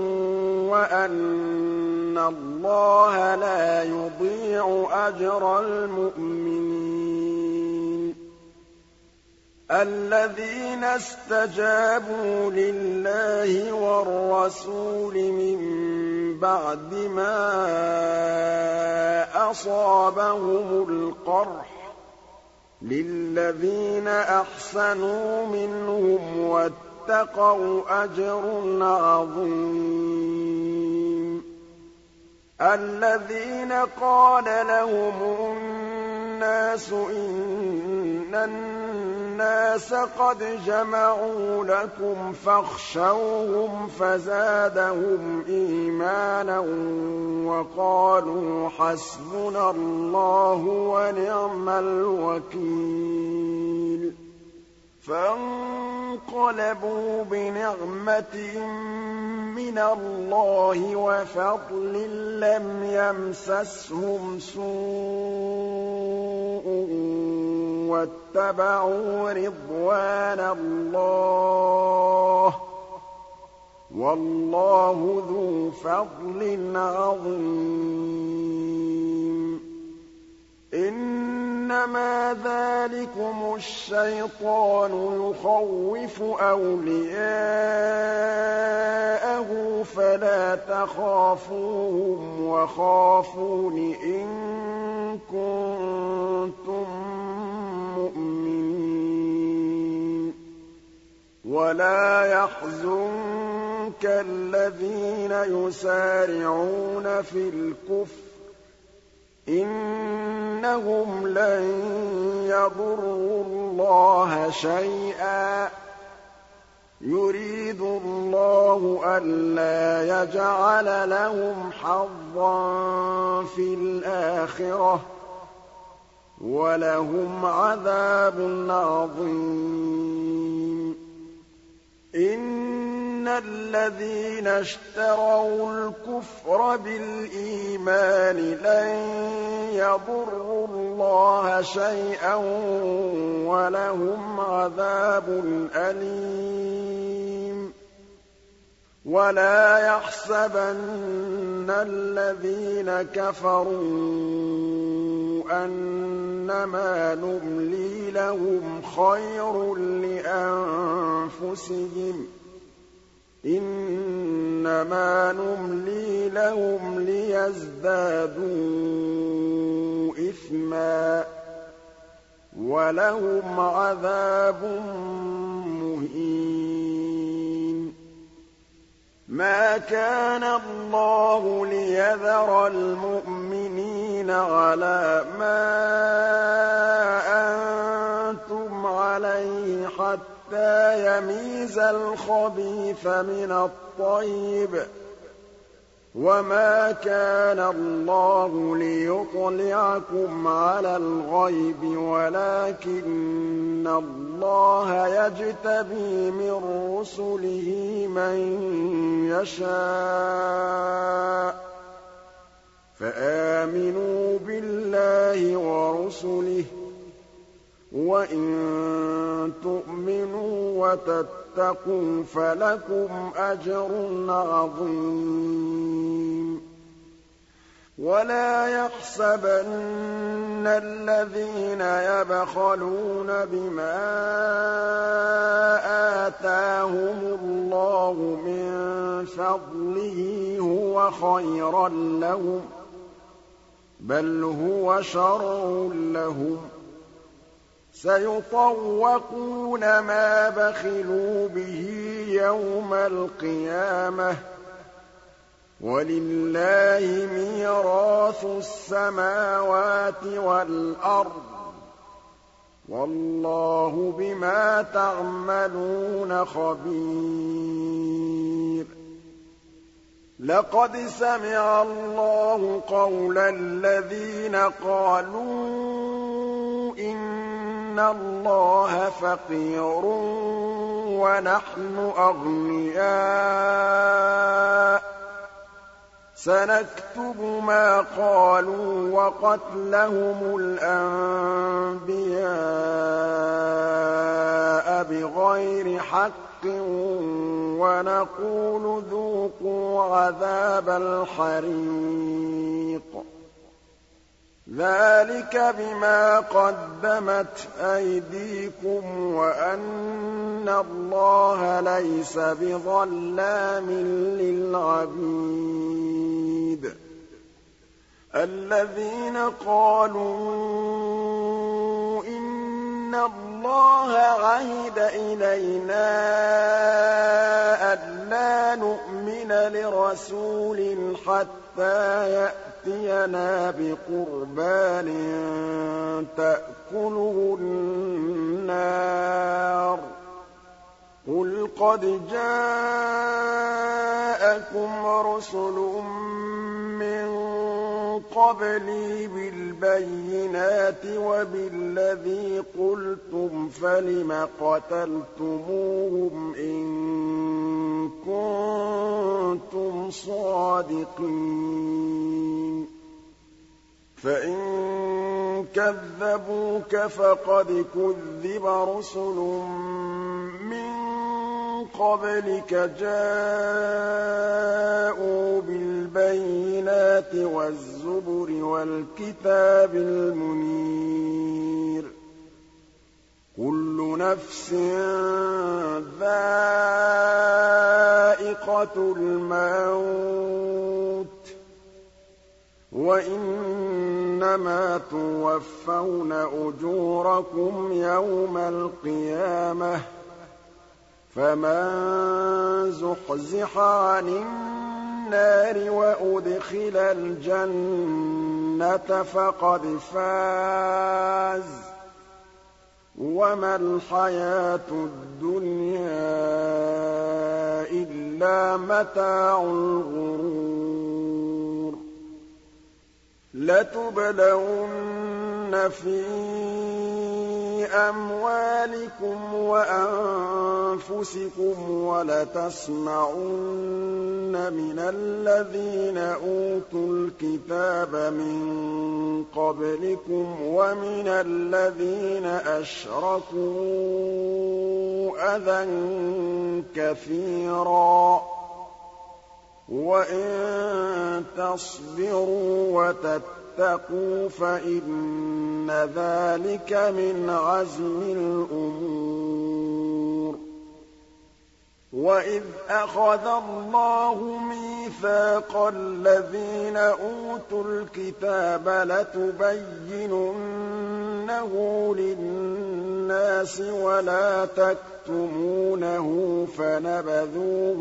Speaker 1: وَأَنَّ اللَّهَ لَا يُضِيعُ أَجْرَ الْمُؤْمِنِينَ الَّذِينَ اسْتَجَابُوا لِلَّهِ وَالرَّسُولِ مِن بَعْدِ مَا أَصَابَهُمُ الْقَرْحُ ۚ لِلَّذِينَ أَحْسَنُوا مِنْهُمْ وَاتَّقَوْا أَجْرٌ عَظِيمٌ الَّذِينَ قَالَ لَهُمُ النَّاسُ إِنَّ النَّاسَ قَدْ جَمَعُوا لَكُمْ فَاخْشَوْهُمْ فَزَادَهُمْ إِيمَانًا وَقَالُوا حَسْبُنَا اللَّهُ وَنِعْمَ الْوَكِيلُ فَانقَلَبُوا بِنِعْمَةٍ مِّنَ اللَّهِ وَفَضْلٍ لَّمْ يَمْسَسْهُمْ سُوءٌ وَاتَّبَعُوا رِضْوَانَ اللَّهِ ۗ وَاللَّهُ ذُو فَضْلٍ عَظِيمٍ إِنَّمَا إِنَّمَا ذَٰلِكُمُ الشَّيْطَانُ يُخَوِّفُ أَوْلِيَاءَهُ فَلَا تَخَافُوهُمْ وَخَافُونِ إِن كُنتُم مُّؤْمِنِينَ وَلَا يَحْزُنكَ الَّذِينَ يُسَارِعُونَ فِي الْكُفْرِ إِنَّهُمْ لَن يَضُرُّوا اللَّهَ شَيْئًا ۗ يُرِيدُ اللَّهُ أَلَّا يَجْعَلَ لَهُمْ حَظًّا فِي الْآخِرَةِ ۖ وَلَهُمْ عَذَابٌ عَظِيمٌ إِنَّ الَّذِينَ اشْتَرَوُا الْكُفْرَ بِالْإِيمَانِ لَن يَضُرُّوا اللَّهَ شَيْئًا وَلَهُمْ عَذَابٌ أَلِيمٌ وَلَا يَحْسَبَنَّ الَّذِينَ كَفَرُوا أَنَّمَا نُمْلِي لَهُمْ خَيْرٌ لِّأَنفُسِهِمْ ۚ إِنَّمَا نُمْلِي لَهُمْ لِيَزْدَادُوا إِثْمًا ۚ وَلَهُمْ عَذَابٌ مُّهِينٌ مَا كَانَ اللَّهُ لِيَذَرَ الْمُؤْمِنِينَ عَلَىٰ مَا أَنتُمْ عَلَيْهِ حَتَّىٰ يَمِيزَ الْخَبِيثَ مِنَ الطَّيِّبِ ۗ وَمَا كَانَ اللَّهُ لِيُطْلِعَكُمْ عَلَى الْغَيْبِ وَلَٰكِنَّ اللَّهَ يَجْتَبِي مِن رُّسُلِهِ مَن يَشَاءُ ۖ فَآمِنُوا بِاللَّهِ وَرُسُلِهِ ۚ وَإِن تُؤْمِنُوا وَتَتَّقُوا فَلَكُمْ أَجْرٌ عَظِيمٌ وَلَا يَحْسَبَنَّ الَّذِينَ يَبْخَلُونَ بِمَا آتَاهُمُ اللَّهُ مِن فَضْلِهِ هُوَ خَيْرًا لَّهُم ۖ بَلْ هُوَ شَرٌّ لَّهُمْ ۖ سَيُطَوَّقُونَ مَا بَخِلُوا بِهِ يَوْمَ الْقِيَامَةِ ۗ وَلِلَّهِ مِيرَاثُ السَّمَاوَاتِ وَالْأَرْضِ ۗ وَاللَّهُ بِمَا تَعْمَلُونَ خَبِيرٌ لَّقَدْ سَمِعَ اللَّهُ قَوْلَ الَّذِينَ قَالُوا إِنَّ اللَّهَ فَقِيرٌ وَنَحْنُ أَغْنِيَاءُ ۘ سَنَكْتُبُ مَا قَالُوا وَقَتْلَهُمُ الْأَنبِيَاءَ بِغَيْرِ حَقٍّ وَنَقُولُ ذُوقُوا عَذَابَ الْحَرِيقِ ذَٰلِكَ بِمَا قَدَّمَتْ أَيْدِيكُمْ وَأَنَّ اللَّهَ لَيْسَ بِظَلَّامٍ لِّلْعَبِيدِ الَّذِينَ قَالُوا إِنَّ اللَّهَ عَهِدَ إِلَيْنَا أَلَّا نُؤْمِنَ لِرَسُولٍ حَتَّىٰ يَأْتِيَنَا بِقُرْبَانٍ تَأْكُلُهُ النَّارُ ۗ قُلْ قَدْ جَاءَكُمْ رُسُلٌ مِّن قَبْلِي بِالْبَيِّنَاتِ وَبِالَّذِي قُلْتُمْ فَلِمَ قَتَلْتُمُوهُمْ إِن كُنتُمْ صَادِقِينَ فَإِن كَذَّبُوكَ فَقَدْ كُذِّبَ رُسُلٌ مِّن قَبْلِكَ جَاءُوا بِالْبَيِّنَاتِ وَالزُّبُرِ وَالْكِتَابِ الْمُنِيرِ كُلُّ نَفْسٍ ذَائِقَةُ الْمَوْتِ ۖ وَإِنَّمَا تُوَفَّوْنَ أُجُورَكُمْ يَوْمَ الْقِيَامَةِ ۖ فَمَن زُحْزِحَ عَنِ النَّارِ وَأُدْخِلَ الْجَنَّةَ فَقَدْ فَازَ ۗ وَمَا الْحَيَاةُ الدُّنْيَا إِلَّا مَتَاعُ الْغُرُورِ لَتُبْلَوُنَّ فِي أَمْوَالِكُمْ وَأَنفُسِكُمْ وَلَتَسْمَعُنَّ مِنَ الَّذِينَ أُوتُوا الْكِتَابَ مِن قَبْلِكُمْ وَمِنَ الَّذِينَ أَشْرَكُوا أَذًى كَثِيرًا ۚ وَإِن تَصْبِرُوا وَتَتَّقُوا فَإِنَّ ذَٰلِكَ مِنْ عَزْمِ الْأُمُورِ وَإِذْ أَخَذَ اللَّهُ مِيثَاقَ الَّذِينَ أُوتُوا الْكِتَابَ لَتُبَيِّنُنَّهُ لِلنَّاسِ وَلَا تَكْتُمُونَهُ فَنَبَذُوهُ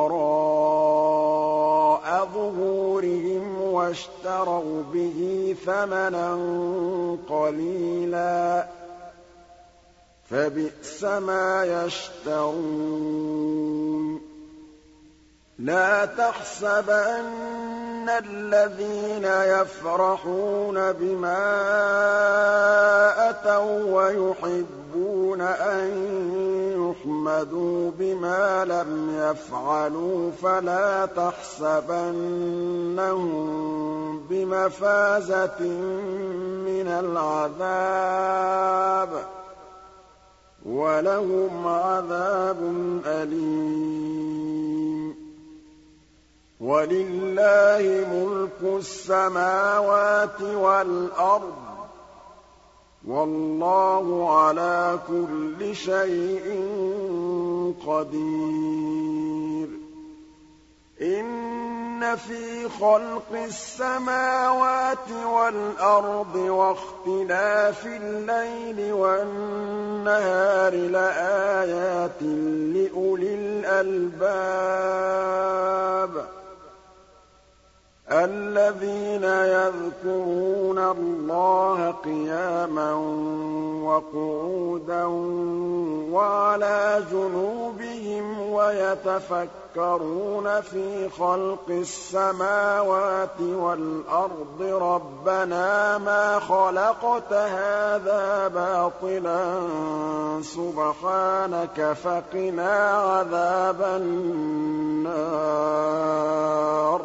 Speaker 1: وَرَاءَ ظُهُورِهِمْ وَاشْتَرَوْا بِهِ ثَمَنًا قَلِيلًا ۖ فَبِئْسَ مَا يَشْتَرُونَ لَا تَحْسَبَنَّ الَّذِينَ يَفْرَحُونَ بِمَا أَتَوا وَّيُحِبُّونَ أَن يُحْمَدُوا بِمَا لَمْ يَفْعَلُوا فَلَا تَحْسَبَنَّهُم بِمَفَازَةٍ مِّنَ الْعَذَابِ ۖ وَلَهُمْ عَذَابٌ أَلِيمٌ وَلِلَّهِ مُلْكُ السَّمَاوَاتِ وَالْأَرْضِ ۗ وَاللَّهُ عَلَىٰ كُلِّ شَيْءٍ قَدِيرٌ إِنَّ فِي خَلْقِ السَّمَاوَاتِ وَالْأَرْضِ وَاخْتِلَافِ اللَّيْلِ وَالنَّهَارِ لَآيَاتٍ لِّأُولِي الْأَلْبَابِ الَّذِينَ يَذْكُرُونَ اللَّهَ قِيَامًا وَقُعُودًا وَعَلَىٰ جُنُوبِهِمْ وَيَتَفَكَّرُونَ فِي خَلْقِ السَّمَاوَاتِ وَالْأَرْضِ رَبَّنَا مَا خَلَقْتَ هَٰذَا بَاطِلًا سُبْحَانَكَ فَقِنَا عَذَابَ النَّارِ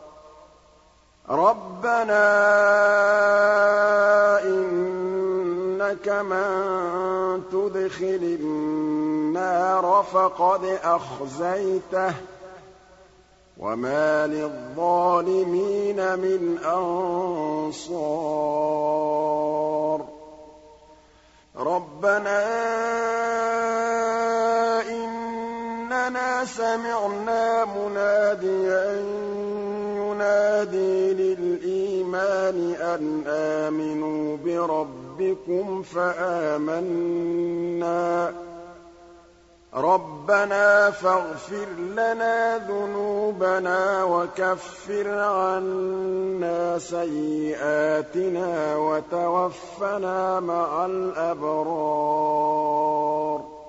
Speaker 1: رَبَّنَا إِنَّكَ مَن تُدْخِلِ النَّارَ فَقَدْ أَخْزَيْتَهُ ۖ وَمَا لِلظَّالِمِينَ مِنْ أَنصَارٍ رَبَّنَا إِنَّنَا سَمِعْنَا مُنَادِيًا يُنَادِي لِلْإِيمَانِ أَنْ آمِنُوا بِرَبِّكُمْ فَآمَنَّا ۚ رَبَّنَا فَاغْفِرْ لَنَا ذُنُوبَنَا وَكَفِّرْ عَنَّا سَيِّئَاتِنَا وَتَوَفَّنَا مَعَ الْأَبْرَارِ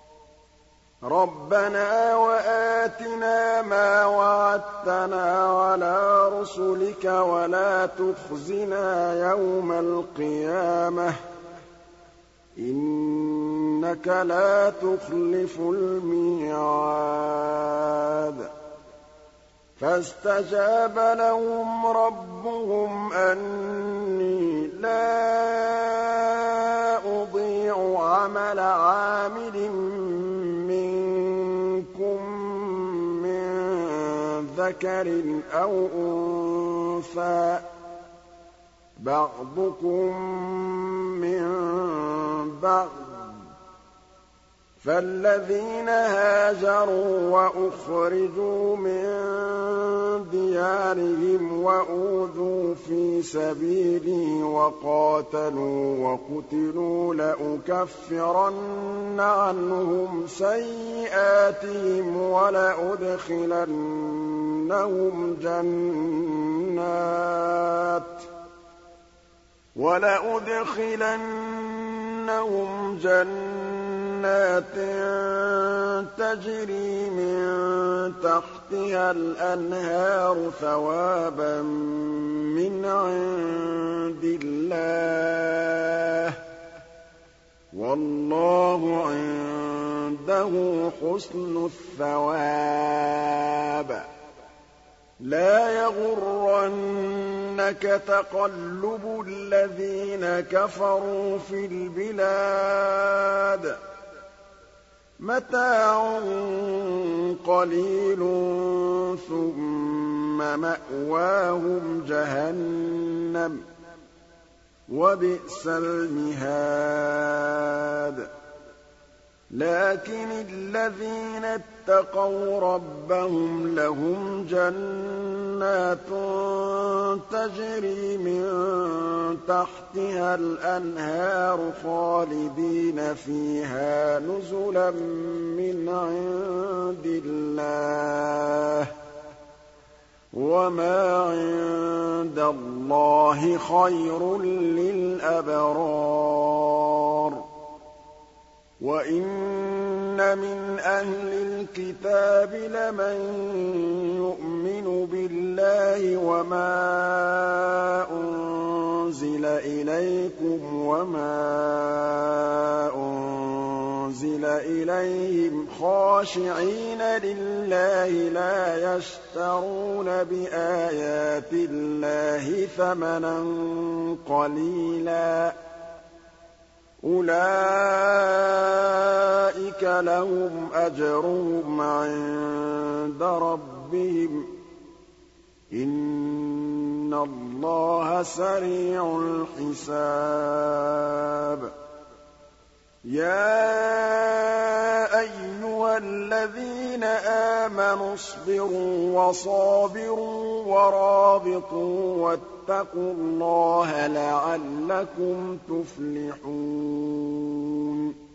Speaker 1: رَبَّنَا وَآتِنَا مَا وَعَدتَّنَا عَلَىٰ رُسُلِكَ وَلَا تُخْزِنَا يَوْمَ الْقِيَامَةِ ۗ إِنَّكَ لَا تُخْلِفُ الْمِيعَادَ فَاسْتَجَابَ لَهُمْ رَبُّهُمْ أَنِّي لَا أُضِيعُ عَمَلَ عَامِلٍ مِّنكُم مِّن ذَكَرٍ أَوْ أُنثَىٰ ۖ بَعْضُكُم مِّن بَعْضٍ ۖ فالذين هاجروا وأخرجوا من ديارهم وأوذوا في سبيلي وقاتلوا وقتلوا لأكفرن عنهم سيئاتهم ولأدخلنهم جنات تجري من تحتها الأنهار ثوابا من عند الله والله عنده حسن الثواب لا يغرنك تقلب الذين كفروا في البلاد متاع قليل ثم مأواهم جهنم وبئس المهاد لكن الذين اتقوا ربهم لهم جنات تجري من تحتها الأنهار خالدين فيها نزلا من عند الله وما عند الله خير للأبرار وَإِنَّ مِنْ أَهْلِ الْكِتَابِ لَمَن يُؤْمِنُ بِاللَّهِ وَمَا أُنزِلَ إِلَيْكُمْ وَمَا أُنزِلَ إِلَيْهِمْ خَاشِعِينَ لِلَّهِ لَا يَشْتَرُونَ بِآيَاتِ اللَّهِ ثَمَنًا قَلِيلًا أُولَٰئِكَ لَهُمْ أَجْرُهُمْ عِندَ رَبِّهِمْ ۗ إِنَّ اللَّهَ سَرِيعُ الْحِسَابِ يَا أَيُّهَا الَّذِينَ آمَنُوا اصْبِرُوا وَصَابِرُوا وَرَابِطُوا وَاتَّقُوا اللَّهَ لَعَلَّكُمْ تُفْلِحُونَ